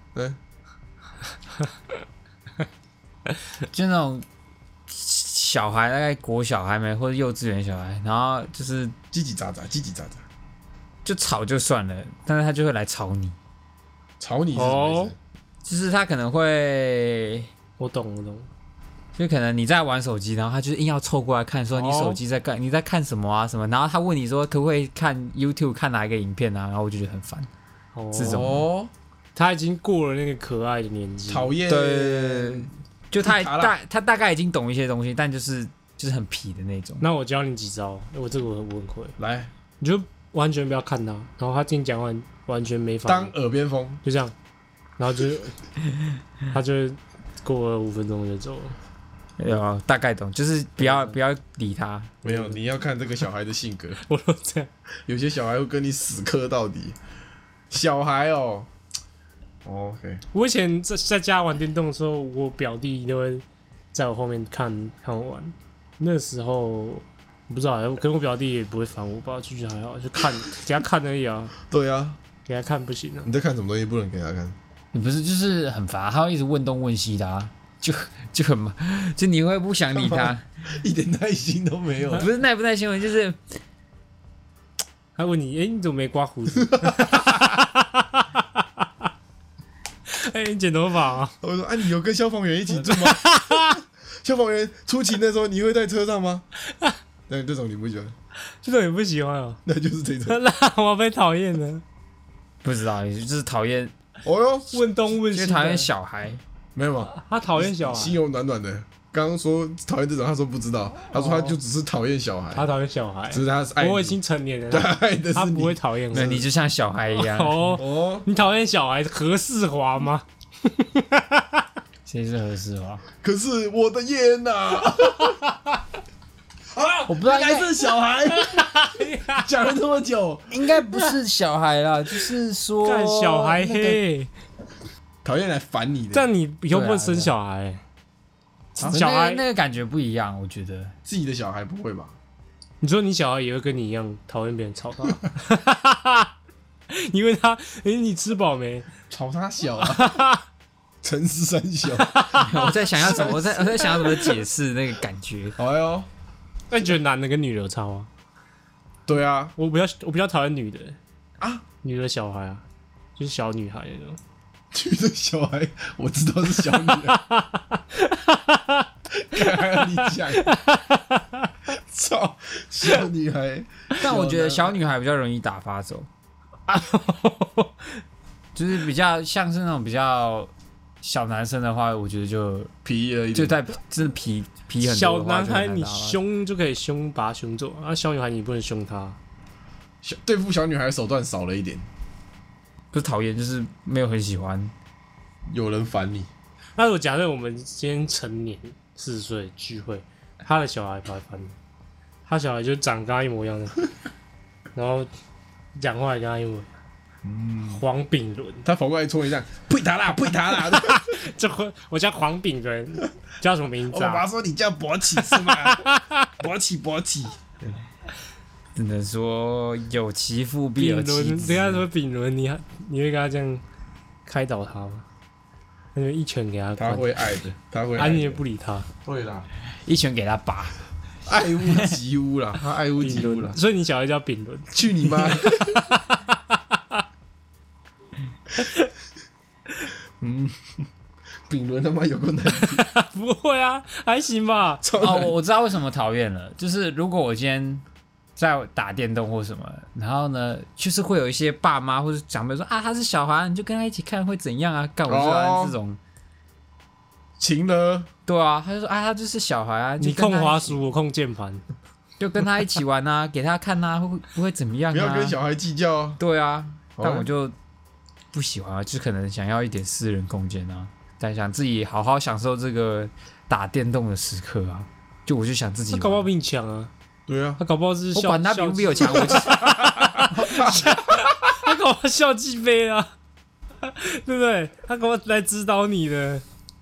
就那种小孩，大概国小还没或者幼稚园小孩，然后就是叽叽喳喳， 就吵就算了，但是他就会来吵你， 是什么意思？ 就是他可能会， 我懂， 就可能你在玩手机，然后他就硬要凑过来看，说你手机在干，你在看什么啊什么，然后他问你说可不可以看 YouTube 看哪一个影片啊，然后我就觉得很烦。这种他已经过了那个可爱的年纪， 讨厌。 对，就他大概已经懂一些东西，但就是很皮的那种。 那我教你几招，我这个我很会。 来， 你就完全不要看他，然后他听讲完完全没反应， 当耳边风， 就这样，然后他就过了5分钟就走了。 有大概懂，就是不要理他。 没有，你要看这个小孩的性格。 我都这样， 有些小孩会跟你死磕到底。 小孩哦。OK， 我以前在家玩电动的时候，我表弟都会在我后面看我玩。那时候不知道，可能我表弟也不会烦我吧，就觉得还好，就看给他看而已啊。 对啊， 给他看不行啊。 你在看什么东西不能给他看？ 你不是就是很烦，他会一直问东问西的啊，就很就你会不想理他， 一点耐心都没有。 不是耐不耐心，就是他问你，你怎么没刮胡子？你剪头发啊？ 我说你有跟消防员一起住吗？消防员出勤的时候你会在车上吗？那这种你不喜欢？ 这种也不喜欢哦。 那就是这种。 那我被讨厌了。 不知道，就是讨厌。 哦哟， 问东问西， 就讨厌小孩。 没有吗？ 他讨厌小孩， 心有暖暖的。刚刚说讨厌这种，他说不知道，他说他就只是讨厌小孩。 他讨厌小孩， 只是他是爱你。 我已经成年了， 对，爱的是他不会讨厌我。 那你就像小孩一样。 哦，你讨厌小孩何世华吗？ 谁是何世华？ 可是我的耶呐！ 我不知道， 应该是小孩。讲了这么久， 应该不是小孩啦，就是说干小孩黑， 讨厌来烦你的。 这样你以后不能生小孩。 小孩那个感觉不一样，我觉得自己的小孩不会吧？ 你说你小孩也会跟你一样讨厌别人吵他？你问他，你吃饱没？ 吵他小啊，陈思三小。 我在想要怎么，我在想要怎么解释那个感觉。 哎呦， 那你觉得男的跟女的有差吗？ 对啊， 我比较讨厌女的啊， 女的小孩啊，就是小女孩那种。 女的小孩，我知道是小女孩。还要你讲？操，小女孩。 但我觉得小女孩比较容易打发走，就是比较像是那种比较小男生的话，我觉得就皮了一点， 就在真的皮很多。 小男孩你凶就可以把他凶走，小女孩你不能凶他。 对付小女孩手段少了一点。 不是讨厌，就是没有很喜欢。 有人烦你。 那如果假设我们今天成年40岁聚会，他的小孩不会烦你，他小孩就长跟他一模一样的，然后讲话也跟他一模一样。黄炳伦， 他跑过来戳一下，呸他啦，呸他啦！ 我叫黄炳伦，叫什么名字啊？ 我爸说你叫博起是吗？博起。 只能说有其父必有其子。 人家说炳伦，你会跟他这样开导他吗？那就一拳给他。 他会爱的，他会爱的。 你也不理他。 会啦， 一拳给他拔。 爱屋及乌啦，他爱屋及乌啦。 所以你小孩叫炳伦？ 去你妈！炳伦他妈有够难听。 不会啊，还行吧。 我知道为什么讨厌了，就是如果我今天在打电动或什么，然后呢，就是会有一些爸妈或者长辈说他是小孩，你就跟他一起看会怎样啊？干我说这种情了。 对啊，他就说他就是小孩啊， 你控滑鼠，我控键盘， 就跟他一起玩啊，给他看啊，会不会怎么样啊？ 不要跟小孩计较啊。 对啊，但我就不喜欢啊，就可能想要一点私人空间啊，但想自己好好享受这个打电动的时刻啊，我就想自己玩。 他搞不好比你强啊。 对啊， 他搞不好是我管他比不比我强，他搞不好校际杯啊，对不对？他搞不好来指导你的。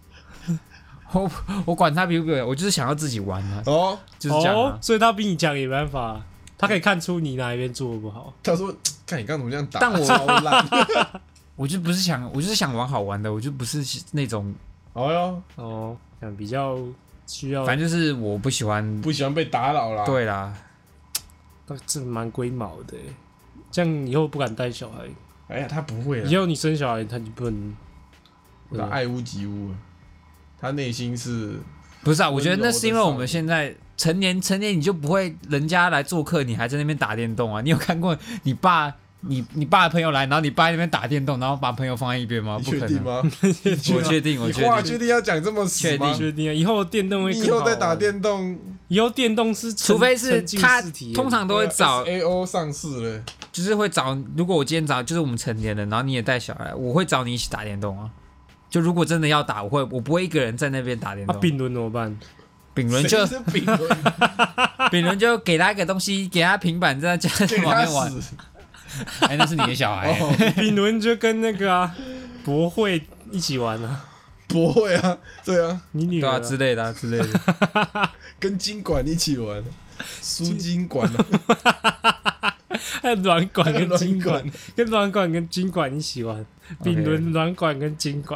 我管他比不比我，我就是想要自己玩啊。就是这样啊。 所以他比你强也没办法，他可以看出你哪一边做的不好。 他说：“看你刚怎么这样打？” 但我超烂。 我就不是想，我就是想玩好玩的，我就不是那种比较需要， 反正就是我不喜欢被打扰啦。 对啦， 这蛮龟毛的，这样以后不敢带小孩。 哎呀，他不会啊。 以后你生小孩，他就不能。 他爱屋及乌，他内心是。 不是啊？我觉得那是因为我们现在成年，你就不会人家来做客，你还在那边打电动啊？你有看过你爸？你爸的朋友来，然后你爸在那边打电动，然后把朋友放在一边吗？不可能吗？ 我确定。 你话确定要讲这么死吗？ 确定啊！以后电动会更好。 以后再打电动， 以后电动是除非是他通常都会找 AO 上市了， 就是会找。如果我今天找就是我们成年人，然后你也带小孩，我会找你一起打电动啊。就如果真的要打，我不会一个人在那边打电动。 丙伦怎么办？ 丙伦就丙伦就给他一个东西，给他平板在家里旁边玩。 哎，那是你的小孩。 丙伦就跟那个啊博慧一起玩啊， 不会啊，对啊， 你女儿、 对啊之类的啊之类的。 跟金管一起玩，输金管啊， 还有软管跟金管软， 跟软管跟金管一起玩，丙伦软管跟金管，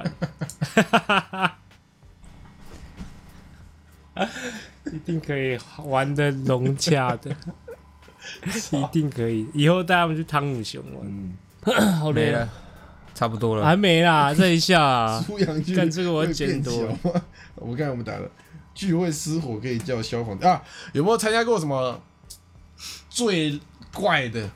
一定可以玩的融洽的，一定可以。以后带他们去汤姆熊玩，好累了，差不多了， 还没啦，这一下啊， 苏阳剧干这个我要剪多会变小吗？我看我们打了聚会失火可以叫消防啊？有没有参加过什么最怪的？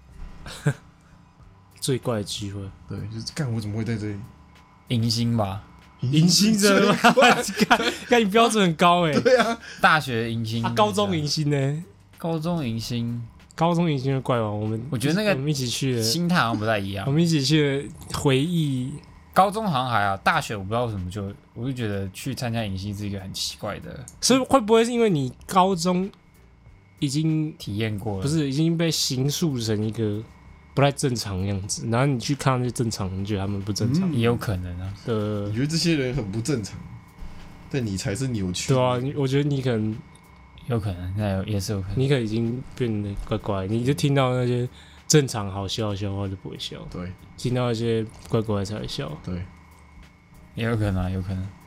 最怪的聚会， 对，就是干我怎么会在这里？ 迎新吧， 迎新的，看你标准很高哎。 对啊， 大学迎新， 高中迎新呢？ 高中迎新， 高中迎新的怪王， 我觉得那个我们一起去的， 心态好像不太一样我。们一起去的回忆。 高中好像还好，大学我不知道为什么我就觉得去参加迎新是一个很奇怪的， 所以会不会是因为你高中已经体验过了， 不是已经被形塑成一个不太正常的样子，然后你去看那些正常人，觉得他们不正常也有可能啊。 我觉得这些人很不正常，但你才是扭曲。 对啊，我觉得你可能有可能，那也是有可能。 你可能已经变得怪怪，你就听到那些正常好笑的笑话就不会笑， 对， 听到一些怪怪才会笑。 对， 也有可能啊，有可能。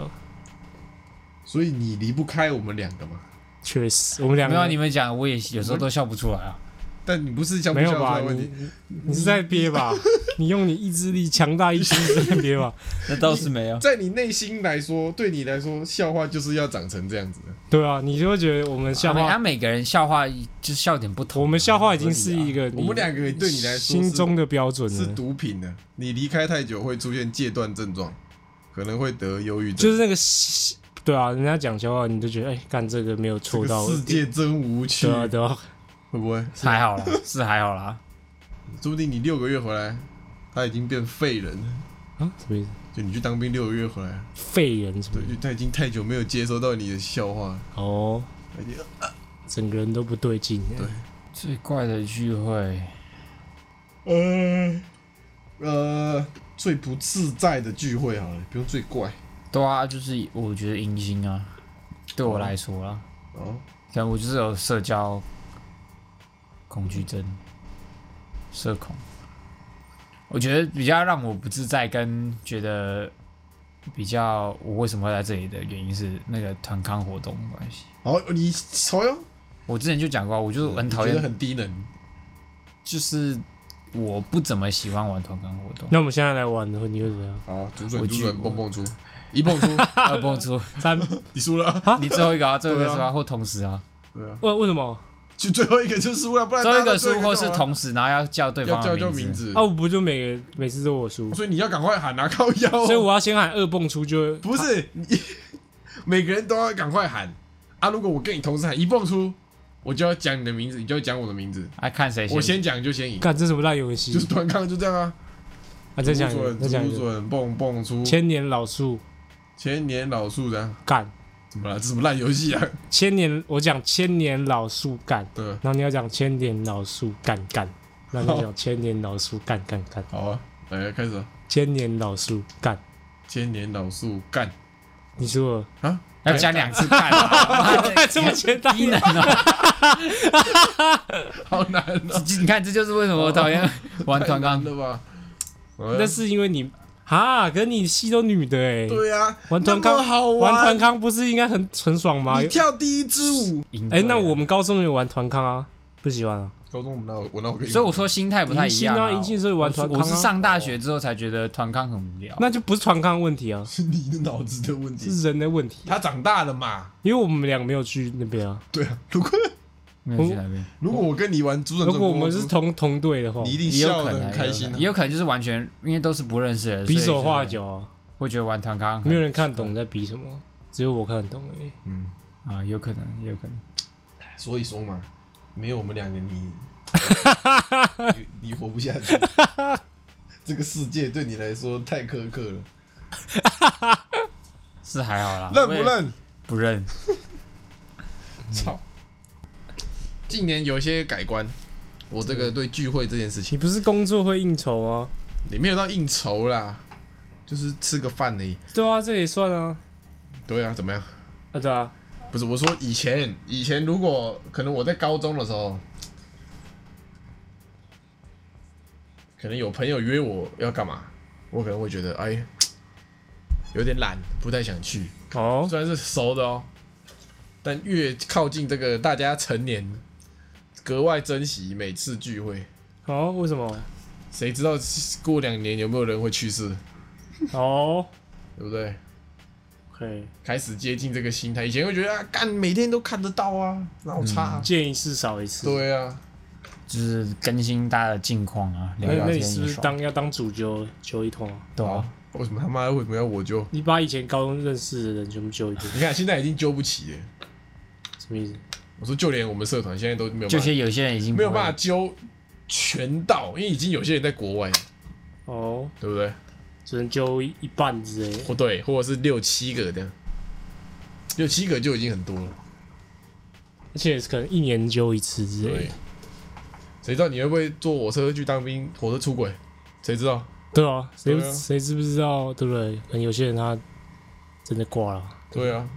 所以你离不开我们两个嘛。 确实，我们两个没有你们讲，我也有时候都笑不出来啊。 但你不是笑不没有吧？ 笑出来的问题， 你是在憋吧？你用你意志力强大意志力在憋吧？ 那倒是没有。 在你内心来说，对你来说，笑话就是要长成这样子的。 对啊，你就会觉得我们笑话， 每个人笑话就是笑点不同。 我们笑话已经是一个我们两个对你来说心中的标准是了， 毒品的。你离开太久会出现戒断症状，可能会得忧郁症。 就是那个对啊，人家讲笑话，你就觉得哎，干这个没有戳到这个世界真无趣， 对啊，对啊， 会不会？ 还好啦，是还好啦。 说不定你6个月回来，他已经变废人了。 啊，什么意思？ 就你去当兵6个月回来， 废人什么对，？他已经太久没有接收到你的笑话了， 哦， 他已经整个人都不对劲。 对， 最怪的聚会， 最不自在的聚会好了，不用最怪对啊，就是我觉得迎新啊，对我来说啦， 哦。 可能我就是有社交恐惧症，社恐。我觉得比较让我不自在，跟觉得比较我为什么会在这里的原因是那个团康活动的关系。 哦，你好哟， 我之前就讲过，我就很讨觉得厌， 很低能。 就是我不怎么喜欢玩团康活动。 那我们现在来玩的话，你会怎么样？ 好，主我准蹦蹦出，一蹦出， 二蹦出， 三， 你输了。 你最后一个啊，最后一个输啊，或同时啊， 对啊， 为什么？ 就最后一个就输了，不然最后一个大家都输或是同时，然后要叫对方要叫的名字。 名字啊，我不就每次都我输， 所以你要赶快喊啊，靠腰哦。 所以我要先喊二蹦出就不是你每个人都要赶快喊啊！如果我跟你同时喊一蹦出，我就要讲你的名字，你就要讲我的名字。 啊，看谁我先讲就先赢， 干这什么烂游戏？ 就是团康就这样啊。 啊，再讲一个， 主再讲一个， 准蹦蹦出， 千年老树千年老树的， 干， 怎么了？这什么烂游戏啊？ 千年我讲千年老树干， 对， 然后你要讲千年老树干干，然后你讲千年老树干干干， 好啊，来开始啊。 千年老树干， 千年老树干你输了， 啊！ 要讲2次看啊， 这么简单低能哦。 好难啊！ 你看，这就是为什么我讨厌玩团康的吧？ 那是因为你哈，可是你戏都女的哎， 对啊， 玩团康那么好玩团玩， 康不是应该很爽吗？ 你跳第一支舞。 哎，那我们高中有玩团康啊，不喜欢啊。 高中我那我跟你， 所以我说心态不太一样啊。 迎新所以玩团康啊我是上大学之后才觉得团康很无聊。 那就不是团康的问题啊， 是你的脑子的问题， 是人的问题。 他长大了嘛？ 因为我们俩没有去那边啊。 对啊， 没有去那边， 如果我跟你玩主人， 如果我们是同队的话你，一定也有可笑得很能开心啊。 也有可能就是完全因为都是不认识的人， 比手画所以脚啊， 会觉得玩团康很没有人看懂在比什么，只有我看得懂而已。 嗯， 啊，有可能，也有可能。 所以说嘛，没有我们两个你活不下去。这个世界对你来说太苛刻了， 是还好啦， 认不认？ 不认。 操！近年有一些改观， 我这个对聚会这件事情， 你不是工作会应酬吗？ 你没有到应酬啦，就是吃个饭而已。 对啊，这也算啊。 对啊，怎么样？ 啊，对啊。 不是我说以前如果可能我在高中的时候，可能有朋友约我要干嘛，我可能会觉得哎有点懒，不太想去。 哦， 虽然是熟的哦，但越靠近这个大家成年，格外珍惜每次聚会。 哦，为什么？ 谁知道过2年有没有人会去世？ 哦， 对不对？ 可以开始接近这个心态，以前会觉得啊，干每天都看得到啊，哪有差、啊？ 见一次少一次。 对啊， 就是更新大家的近况啊，聊聊那你天也爽。 是不是要当主揪一通啊？ 对啊， 为什么他妈为什么要我揪？ 你把以前高中认识的人全部揪一顿， 你看现在已经揪不起了。 什么意思？ 我说就连我们社团现在都没有办法， 就是有些人已经没有办法揪全到，因为已经有些人在国外， 哦， 对不对？ 只能揪一半之类的。 或对，或者是6、7个这样，6、7个就已经很多了。 而且可能1年揪一次之类对的。， 谁知道你会不会坐火车去当兵，火车出轨？谁知道？ 对啊， 对啊谁知不知道？对不对？可能有些人他真的挂了， 对啊，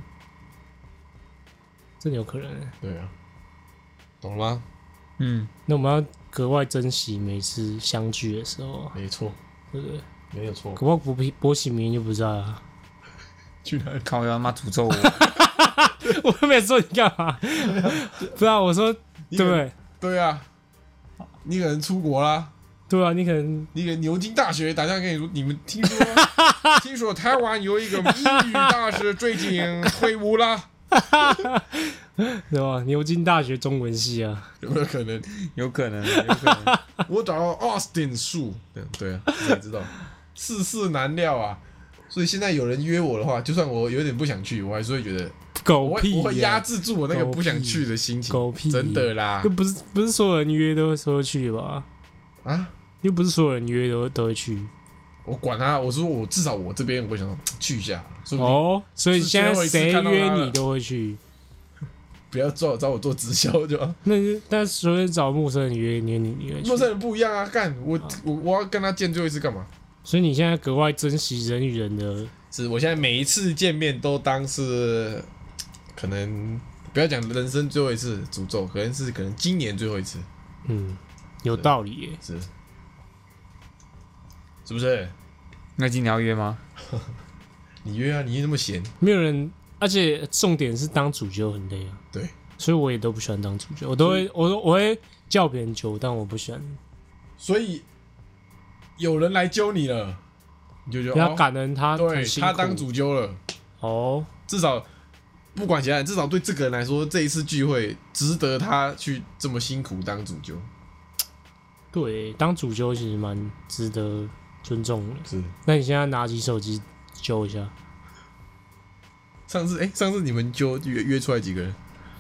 真的有可能。 对啊，懂了吗？ 嗯， 那我们要格外珍惜每次相聚的时候啊， 没错， 对不对？ 没有错。 可不波喜明天就不在啊。 去哪里？ 靠他妈诅咒我！ 我又没有说你干嘛，不然我说对不对？ 对啊，你可能出国啦。 对啊，你可能那个牛津大学打电话跟你说，你们听说台湾有一个英语大师最近退伍了， 对吧？牛津大学中文系啊， 有没有可能？ 有可能，有可能。 我找到 Austin 树，对啊，谁知道？世事难料啊！所以现在有人约我的话，就算我有点不想去，我还是会觉得狗屁我会压呀！ 制住我那个不想去的心情。 狗屁真的啦又不是所有人约都会说去吧？ 啊！ 又不是所有人约都会去我管他，我说我至少我这边我想去一下，说不定哦。所以现在是最谁后一次看到他了约你都会去。 不要找我做直销就好。 但所以找陌生人约你会去陌生人不一样啊！干我要跟他见最后一次干嘛？ 所以你现在格外珍惜人与人的。 是我现在每一次见面都当是可能不要讲人生最后一次诅咒，可能今年最后一次， 有道理耶。 是不是？ 那今年要约吗？ 你约啊，你那么闲， 没有人，而且重点是当主揪很累啊。 对， 所以我也都不喜欢当主揪，我会叫别人揪，但我不喜欢。 所以有人来揪你了，你就觉得要感恩他， 对很辛苦他当主揪了， 哦， 至少不管其他人，至少对这个人来说，这一次聚会值得他去这么辛苦当主揪。 对，当主揪其实蛮值得尊重的。 是， 那你现在拿起手机揪一下， 上次你们揪约出来几个人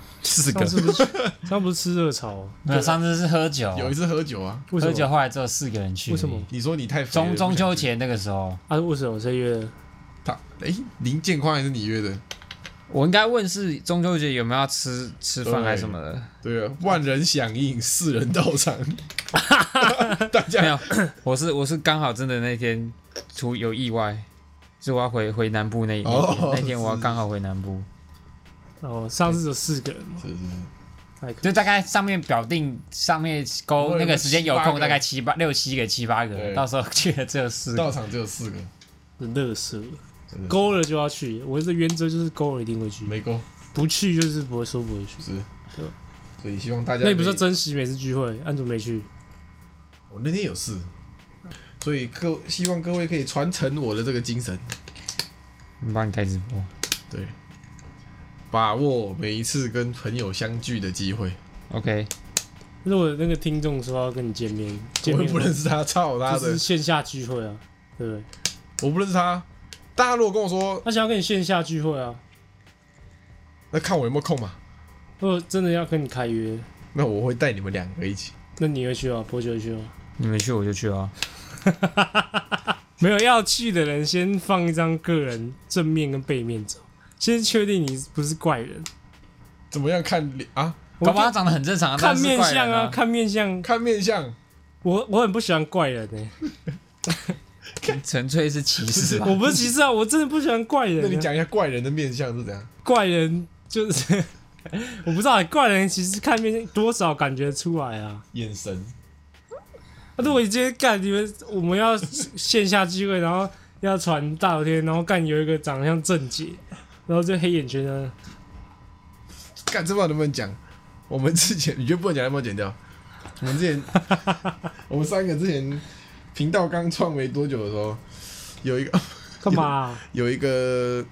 ？4个。 上不是吃热炒？ 没有，上次是喝酒， 有一次喝酒啊， 喝酒后来只有4个人去。 为什么？ 你说你太肥了中秋节那个时候， 啊？为什么谁约的？ 他林建宽还是你约的？ 我应该问是中秋节有没有要吃饭还是什么的？ 对啊，万人响应，4人到场，大家没有，我是刚好真的那天有意外，是我要回南部那天我要刚好回南部。 哦，上次有4个人嘛， 是就大概上面表定上面勾那个时间有空，大概6、7个、7、8个，到时候去了只有4个， 到场只有4个， 很乐色。勾了就要去，我的原则就是勾了一定会去， 没勾不去就是不会说不会去。 是， 对， 所以希望大家。 那你不是珍惜每次聚会，安怎么没去？ 我那天有事，所以希望各位可以传承我的这个精神， 帮你开直播， 对，把握每一次跟朋友相聚的机会。 OK， 如果那个听众说要跟你见面我也不认识他，操他的， 就是线下聚会啊，对不对？ 我不认识他。大家如果跟我说他想要跟你线下聚会啊， 那看我有没有空嘛。 如果真的要跟你开约， 那我会带你们2个一起。 那你会去啊？波就会去啊？ 你们去我就去啊。 没有要去的人，先放一张个人正面跟背面照，先确定你不是怪人。 怎么样看啊？ 搞不好他长得很正常， 看面相相啊，看面相， 看面相， 我很不喜欢怪人纯粹是歧视吧？ 我不是歧视啊，我真的不喜欢怪人。 那你讲一下怪人的面相是怎样？ 怪人就是我不知道，怪人其实看面多少感觉出来啊， 眼神。 如果你今天干你们，我们要线下聚会，然后要传大头贴，然后干有一个长得像郑姐，然后这黑眼圈呢， 干这不知道能不能讲？我们之前你觉得不能讲，要不要剪掉？我们之前，我们3个之前频道刚创没多久的时候，有一个干嘛啊？ 有一个，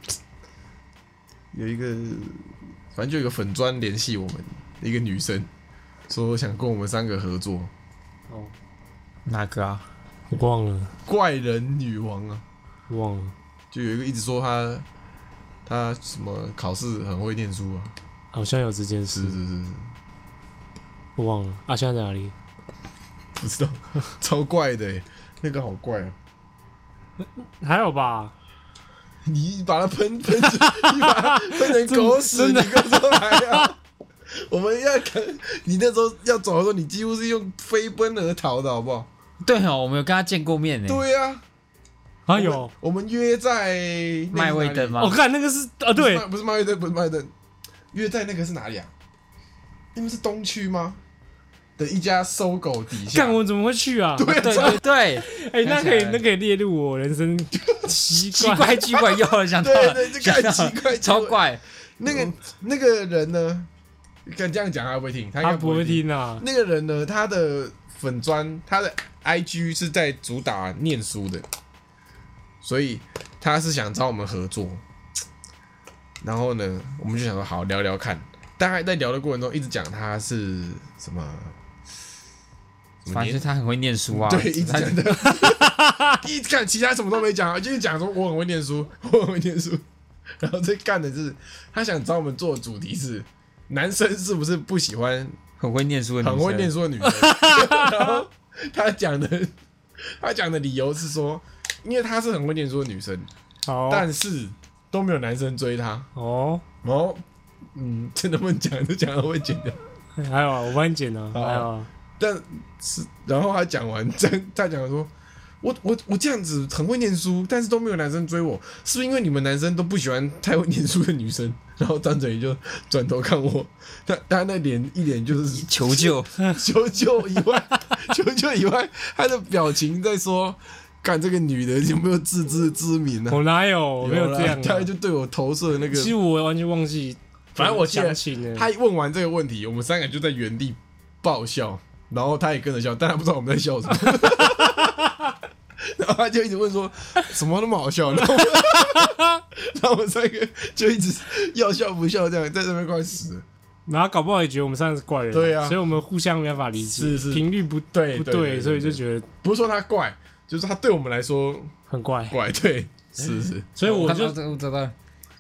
反正就有一个粉专联系我们，一个女生说想跟我们3个合作。 哦， 哪个啊？ 我忘了， 怪人女王啊， 忘了， 就有一个一直说她什么考试很会念书啊， 好像有这件事， 是， 我忘了啊，现在在哪里？ 不知道，超怪的欸，那个好怪啊。 还有吧？ 你把它喷，你把它喷成狗屎，你跟我说来啊！我们要看你那时候要走的时候，你几乎是用飞奔而逃的，好不好？ 对哦，我们有跟他见过面呢。 对啊， 啊有， 我们约在麦味登吗？ 我看那个是啊，对， 不是麦味登，不是麦味登，约在那个是哪里啊？那边是东区吗？的一家搜狗底下。 干我怎么会去啊？ 对， 哎，那可以列入我人生奇怪巨怪又想到了， 对，这个很奇怪， 超怪。 那个人呢？敢这样讲他会不会听？他应该不会听啊。 那个人呢？他的粉专，他的 IG 是在主打念书的，所以他是想找我们合作。然后呢，我们就想说好聊聊看。大概在聊的过程中，一直讲他是什么。 反正他很会念书啊， 对，一直讲的，一直看其他什么都没讲，就是讲说我很会念书，我很会念书。然后最干的就是他想找我们做的主题是男生是不是不喜欢很会念书的女生， 很会念书的女生。然后他讲的理由是说，因为她是很会念书的女生，但是都没有男生追她。哦，这能不能讲？就讲了会剪掉。 还有啊，我帮你剪啊，还有啊。 但是，然后他讲完，他讲说，我这样子很会念书，但是都没有男生追我，是不是因为你们男生都不喜欢太会念书的女生？然后张嘴就转头看我，他那一脸就是求救以外，他的表情在说，干这个女的有没有自知之明啊？ 我哪有，我没有这样、啊。 他就对我投射那个， 其实我完全忘记。 反正我记得他问完这个问题，我们3个就在原地爆笑。然后他也跟着笑，但他不知道我们在笑什么。然后他就一直问说：“什么那么好笑？”然后我们3个就一直要笑不笑，这样在这边快死了。 然后搞不好也觉得我们3个是怪人， 对啊， 所以我们互相没办法理解， 是频率不对，所以就觉得不是说他怪，就是他对我们来说很怪， 对，是， 所以我就我知道，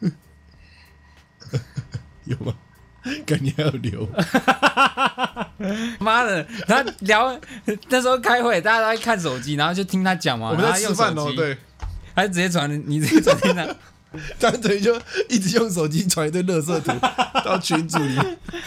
有吗？感觉还有留， 妈的！他聊那时候开会，大家都在看手机，然后就听他讲嘛。 我们在吃饭哦，对， 他就直接传你直接传进来， 张嘴就一直用手机传一堆垃圾图到群组里。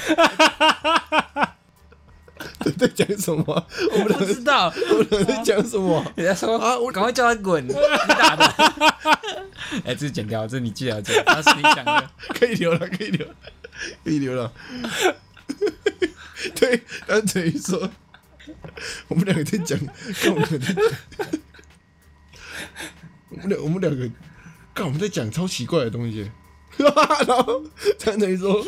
在讲什么？我不知道， 我们在讲什么？ 人家说啊，我赶快叫他滚，你打的。哎，这剪掉，这你记得这，那是你讲的， 可以留了。对，他等于说，我们2个在讲，跟我们在讲，我们2个，干我们在讲超奇怪的东西。然后张嘴说，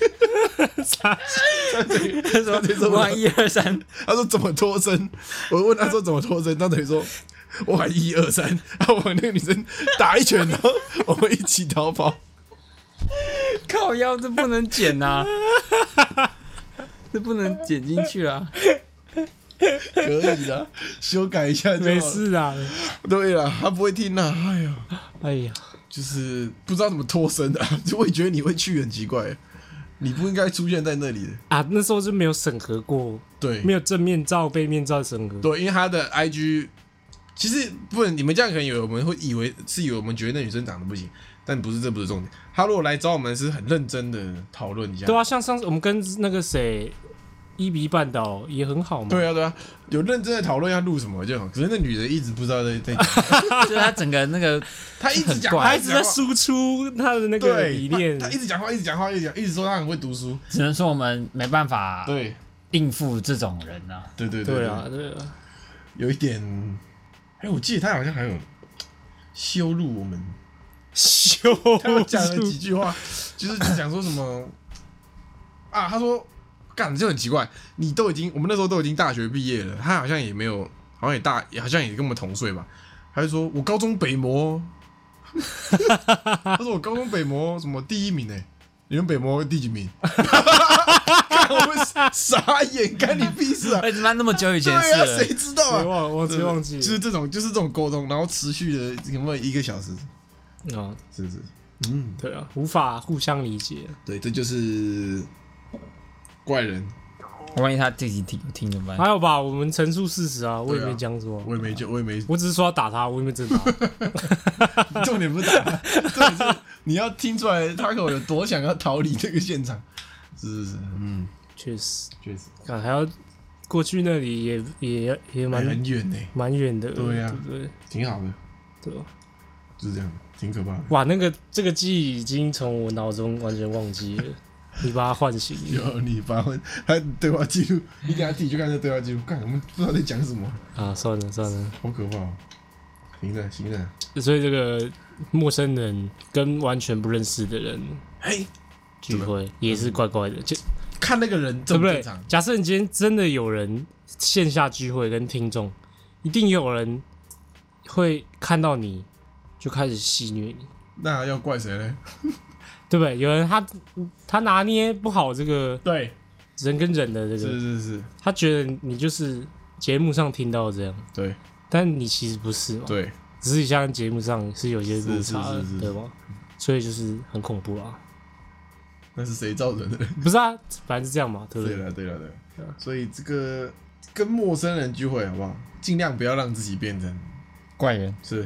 张嘴说， 我喊1、2、3， 他说怎么脱身？我问他说怎么脱身，张嘴说，我喊1、2、3，然后我那个女生打一拳，然后我们一起逃跑。 靠腰，这不能剪呐、这不能剪进去啊。 可以的，修改一下就好。 没事啊。 对啦，他不会听啦。 哎呀， 就是不知道怎么脱身的、啊，我也觉得你会去很奇怪，你不应该出现在那里的啊。那时候就没有审核过， 对， 没有正面照、背面照审核。 对，因为他的 IG 其实不能，你们这样可能以为我们会以为我们觉得那女生长得不行，但不是，这不是重点。她如果来找我们是很认真的讨论一下。 对啊，像上次我们跟那个谁1B半岛也很好嘛。 对啊，有认真的讨论要录什么就好。可是那女的一直不知道在讲， 就是她整个那个， 她一直讲话， 她一直在输出她的那个理念。 她一直讲话，一直说她很会读书。 只能说我们没办法对应付这种人啊。 对啊， 有一点。我记得她好像还有羞辱我们，她讲了几句话，就是讲说什么啊？她说。干就很奇怪，我们那时候都已经大学毕业了，他好像也没有，好像也跟我们同岁吧。他就说我高中北模，他说我高中北模什么第1名你们北模第几名？干我们傻眼，干你屁事啊！ 他妈那么久以前的事了， 谁知道啊？ 我直接忘记了。 就是这种沟通，然后持续的有没有1个小时？是， 对啊，无法互相理解。 对，这就是怪人。 万一他自己听怎么办？ 还有吧，我们陈述事实啊，我也没讲什么， 我也没， 我只是说要打他，我也没真打他。 重点不是打他，重点是你要听出来他可有多想要逃离这个现场。是， 确实， 看还要过去那里也蛮很远蛮远的， 对啊， 对， 挺好的， 对吧？ 就是这样，挺可怕的。 哇，这个记忆已经从我脑中完全忘记了。你把他唤醒， 有你把他对话记录，你等下自己去看这对话记录，看我们不知道在讲什么啊！算了， 好可怕哦！行了， 所以这个陌生人跟完全不认识的人聚会也是怪怪的，就看那个人对不对？ 正常。 假设你今天真的有人线下聚会跟听众，一定有人会看到你就开始戏虐你， 那要怪谁呢？ 对不对？有人他拿捏不好这个对人跟人的这个， 是， 他觉得你就是节目上听到这样， 对， 但你其实不是嘛， 对， 只是像节目上是有些落差的， 是对吗？所以就是很恐怖啊。 那是谁造成的？ 不是啊，反正是这样嘛，对不对？ 对了，所以这个跟陌生人聚会好不好？尽量不要让自己变成怪人， 是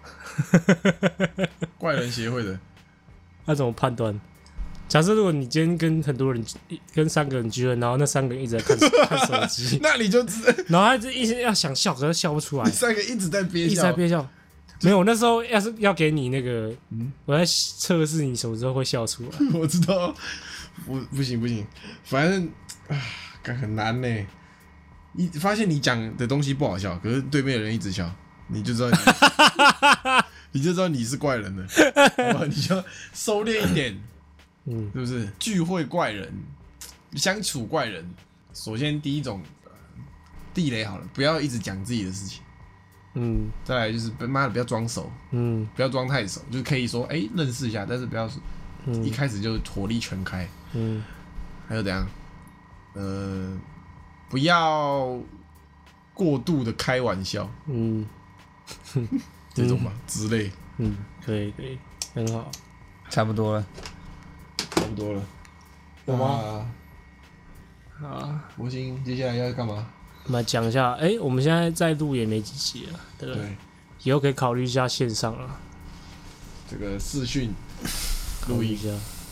怪人协会的。 那怎么判断？假设如果你今天跟很多人，跟3个人聚会，然后那3个人一直在看手机， 那你就然后他就一直要想笑，可是笑不出来， 你3个一直在憋笑， 一直在憋笑。没有，那时候要是要给你那个，我在测试你什么时候会笑出来。 我知道，不行，反正很难呢。你发现你讲的东西不好笑，可是对面的人一直笑，你就知道你就知道你是怪人了，好吧？你就收敛一点，是不是？聚会怪人，相处怪人，首先第一种地雷好了，不要一直讲自己的事情。再来就是妈的不要装熟，不要装太熟，就是可以说认识一下，但是不要一开始就火力全开，还有怎样？不要过度的开玩笑，这种吧之类， 可以，很好， 差不多了， 有吗？ 啊，博兴，接下来要干嘛？ 我们来讲一下，我们现在在录也没几集了，对不对？以后可以考虑一下线上了， 这个视讯录音一下。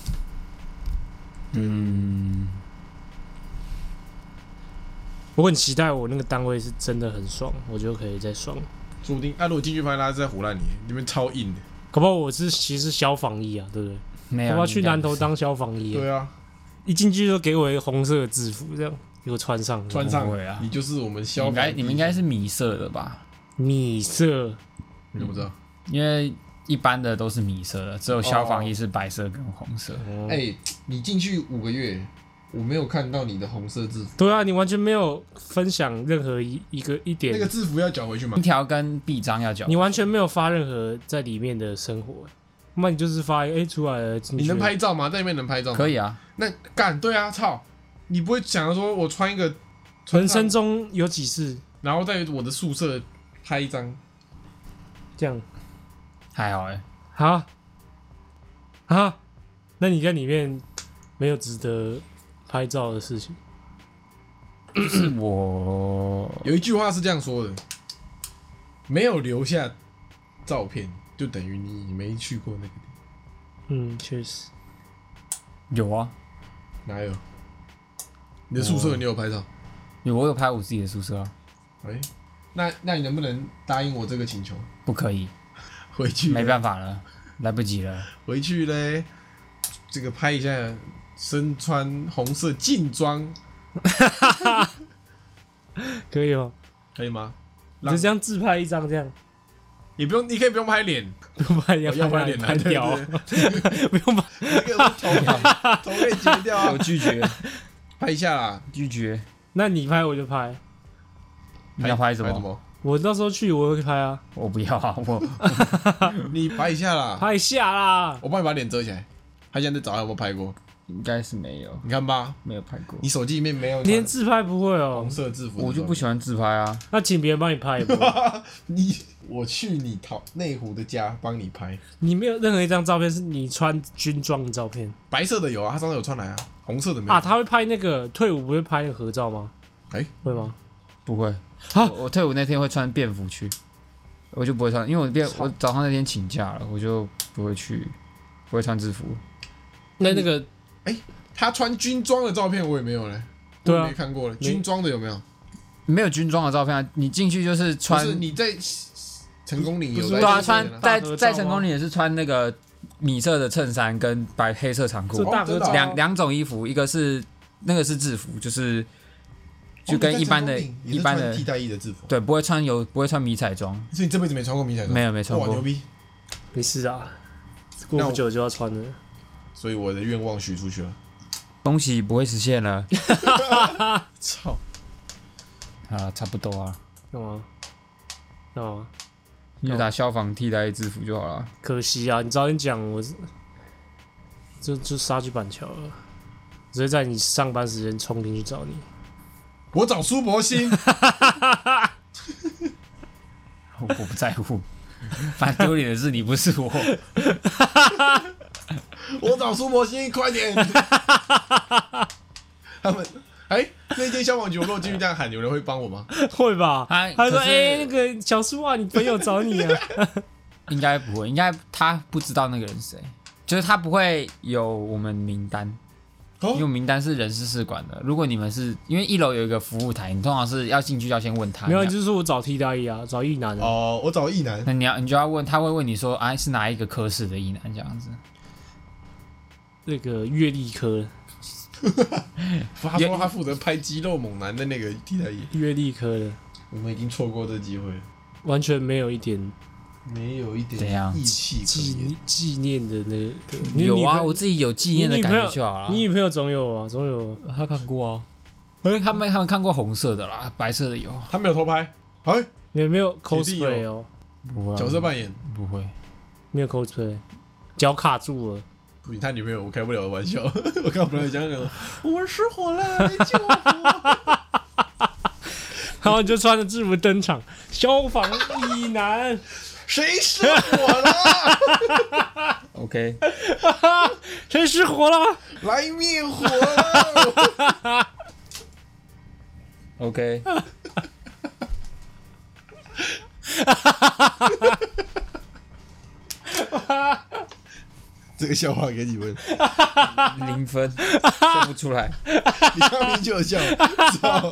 我很期待我那个单位是真的很爽，我就可以再爽。 说不定如果进去发现他是在唬烂你，那边超硬的。 搞不好我是其实消防衣啊，对不对？ 没有， 我要去南投当消防衣。 对啊， 一进去就给我一个红色的制服，这样给我穿上。 啊， 你就是我们消防。 你们应该是米色的吧？ 米色， 你怎么知道？ 因为一般的都是米色的，只有消防衣是白色跟红色。 你进去5个月，我没有看到你的红色制服。 对啊，你完全没有分享任何一点。 那个制服要缴回去吗？ 金条跟臂章要缴。 你完全没有发任何在里面的生活，那你就是发出来了。 你能拍照吗？在里面能拍照吗？ 可以啊。 那对啊，操！你不会想说我穿一个人生中有几次， 然后在我的宿舍拍一张， 这样还好好，那你在里面没有值得拍照的事情？ 就是我有一句话是这样说的： 没有留下照片，就等于你没去过那个地方。 确实有啊， 哪有？你的宿舍你有拍照？ 我有拍我自己的宿舍啊。 那你能不能答应我这个请求？ 不可以， 回去没办法了，来不及了。 回去嘞，这个拍一下，身穿红色劲装， 可以吗？ 可以吗？ 你就这样自拍一张这样， 也不用，你可以不用拍脸， 不拍要要拍脸拍掉，不用拍。 那个头可以截掉啊我，拒绝， 拍一下啦。 拒绝。 那你拍我就拍， 你要拍什么？ 拍什么？ 我到时候去我会拍啊， 我不要啊， 你拍一下啦， 拍一下啦。 我帮你把脸遮起来。他现在在找他有没有拍过， 应该是没有， 你看吧， 没有拍过。 你手机里面没有连自拍不会哦红，色制服， 我就不喜欢自拍啊。 那请别人帮你拍也不会。 我去你内湖的家帮你拍， 你没有任何一张照片是你穿军装的照片白色的有啊，他上次有穿来啊，红色的没有啊？他会拍那个退伍不会拍那个合照吗？会吗？ 不会， 啊我退伍那天会穿便服去，我就不会穿，因为我早上那天请假了，我就不会穿制服。 那个他穿军装的照片我也没有嘞，我对啊也没看过了。军装的有没有？ 没有军装的照片啊，你进去就是不穿， 是你在成功岭有不是对啊， 在穿大合照吗在成功里也是穿那个米色的衬衫跟黑色长裤这，大合照真的两种衣服，一个是那个是制服，就跟一般的替代役的制服， 对，不会穿迷彩装， 所以你这辈子没穿过迷彩装？ 没穿过哇，牛逼！ 没事啊，过不久就要穿了。 所以我的愿望许出去了。 恭喜不会实现了操！ 啊，差不多啊， 干嘛？干嘛？ 你就打消防替代制服就好了。 可惜啊，你早点讲，我就杀去板桥了，直接在你上班时间冲进去找你。 我找苏博兴， 我不在乎，反正丢脸的是你，不是我。 我找苏博兴，快点！他们那间消防局，我如果进去这样喊，有人会帮我吗？ 会吧？他说：“ 可是那个小叔啊，你朋友找你啊。 应该不会，应该他不知道那个人是谁，就是他不会有我们名单，因为名单是人事室管的。如果你们是因为1楼有一个服务台，你通常是要进去要先问他， 没有，就是说我找替代役啊，找役男啊。 哦，我找一男， 那你就要问，他会问你说，啊是哪一个科室的役男这样子。 那个阅历科， 他说他负责拍肌肉猛男的那个替代役， 阅历科的， 我们已经错过这机会了， 完全没有一点没有一怎样点义气可言。 纪念的那个。 有啊，我自己有纪念的感觉就好了。 你女朋友总有啊，总有啊。 他看过啊，他们看过红色的啦，白色的有。 他没有偷拍， 你没有铁定 cosplay 有哦， 不会啊， 角色扮演， 不会。 没有 cosplay，脚卡住了。 不行，他女朋友我开不了的玩笑，我刚本来讲我失火了，来救我！ 然后你就穿着制服登场，消防役男， 谁失火了？ OK， 谁失火了？ 来灭火了！ OK， 这个笑话给你们 0分，笑不出来。 你刚明就有笑，操！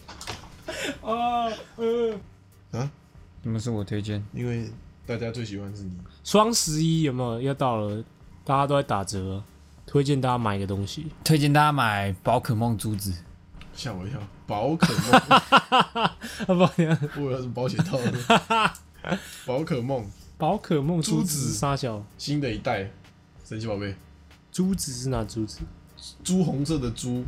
什么是我推荐？ 因为大家最喜欢是你。 双11有没有要到了？大家都在打折，推荐大家买个东西。 推荐大家买宝可梦珠子。 吓我一跳，宝可梦， 不然我有什么保险套的？宝可梦宝可梦珠珠子子沙小， 新的一代神奇宝贝， 珠子是哪珠子？ 朱红色的朱，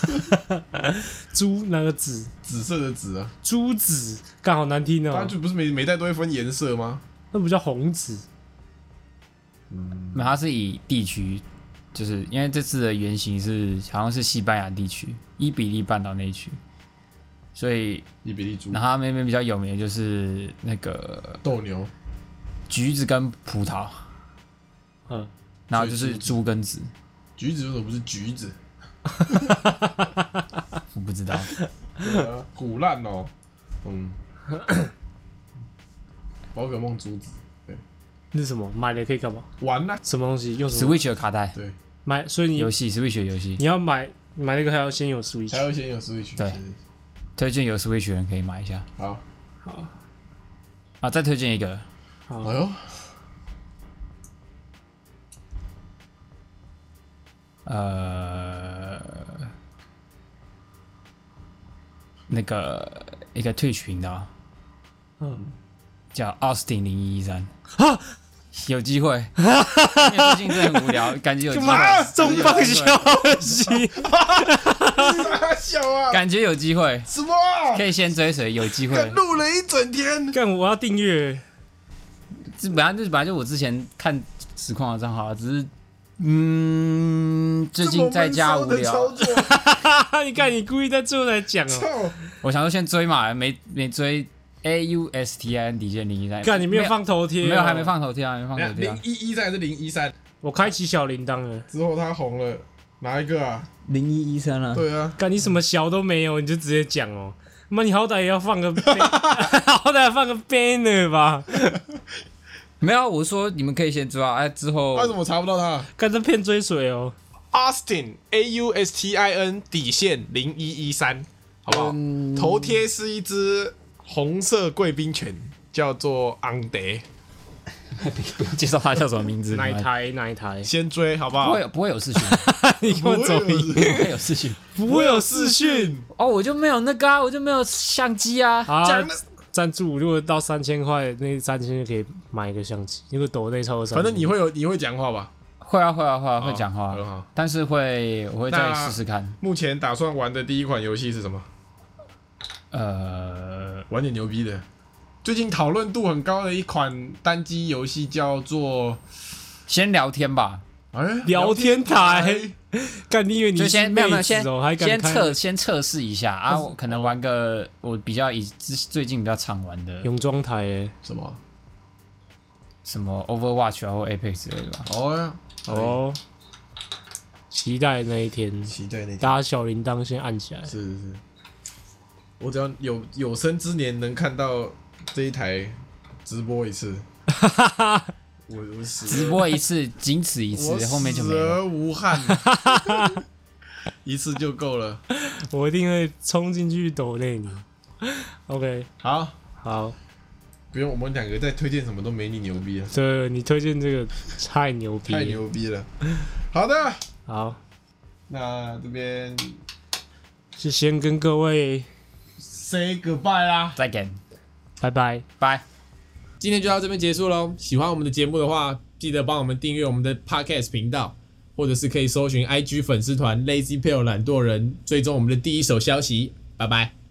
珠哪个子？ 紫色的紫啊， 珠子，干好难听哦。 它就不是每代都会分颜色吗？ 那不叫红子。 那它是以地区，就是因为这次的原型是好像是西班牙地区伊比利半岛那一区，所以伊比利猪然后它那边比较有名的就是那个斗牛， 橘子跟葡萄， 嗯， 然后就是猪跟子， 橘子为什么不是橘子？ 我不知道。 对啊，虎烂哦， 宝可梦珠子，对， 那是什么？买了可以干嘛？ 玩啊， 什么东西？用什么 Switch 的卡带， 对， 买？所以你游戏 Switch 的游戏， 你要买那个还要先有才 Switch。 会先有 Switch。 对是推荐有 Switch 的人可以买一下。 好， 好， 啊，再推荐一个， 好哎，呦， 那个一个Twitch 频道嗯， 叫 Austin0113啊，有机会，因为最近真的很无聊，感觉有机会， 重磅消息， 傻笑啊， 感觉有机会， 什么啊？ 可以先追随，有机会。 录了一整天， 干我要订阅。 这本来就我之前看实况的账号，只是最近在家无聊， 这么闷骚的操作， 你看你故意在最后才讲哦。 操！ 我想说先追嘛，没追 AUSTIN 底线013， 干你没有放头贴哦？ 没有还没放头贴啊，没放头贴啊 0113还是013？ 我开启小铃铛了。 之后他红了，哪一个啊？ 0113啊， 对啊， 干你什么小都没有，你就直接讲哦。妈，你好歹也要放个，好歹放个 banner 吧。 没有啊，我说你们可以先追啊，之后为什么查不到他干这骗追随哦。 Austin AUSTIN 底线0113，好不好？头贴是一只红色贵宾犬，叫做昂德。 不用介绍他叫什么名字， 哪一台？ 先追好不好？ 不会有事情， 你给我走音， 不会有事情不会有视讯。 哦，我就没有那个啊，我就没有相机啊， 好讲的赞助，如果到3000块，那3000就可以买一个相机。如果抖内超过3000， 反正你会讲话吧？ 会啊会讲话很好， 但是我会再试试看， 目前打算玩的第一款游戏是什么？玩点牛逼的。最近讨论度很高的一款单机游戏叫做先聊天吧， 聊天台。干，你以为你就是先没有妹子哦？还敢开先测试一下啊，我可能玩个我比较最近比较常玩的泳装台诶。 什么？ 什么 Overwatch 啊或 Apex 之类的吧。 哦，期待那一天， 期待那天。 大家小铃铛先按起来。 是，我只要有生之年能看到这一台直播一次，我死直播一次，仅此一次，后面就没死了。 而无憾，一次就够了。 我一定会冲进去抖内你。OK， 好， 不用我们两个再推荐什么都没你牛逼了， 对，你推荐这个太牛逼， 太牛逼了。好的， 好， 那这边就先跟各位 say goodbye 啦， 再见， 拜拜。 拜。 今天就到这边结束喽。喜欢我们的节目的话，记得帮我们订阅我们的 Podcast 频道，或者是可以搜寻 IG 粉丝团 Lazy Pale 懒惰人，追踪我们的第一手消息。拜拜。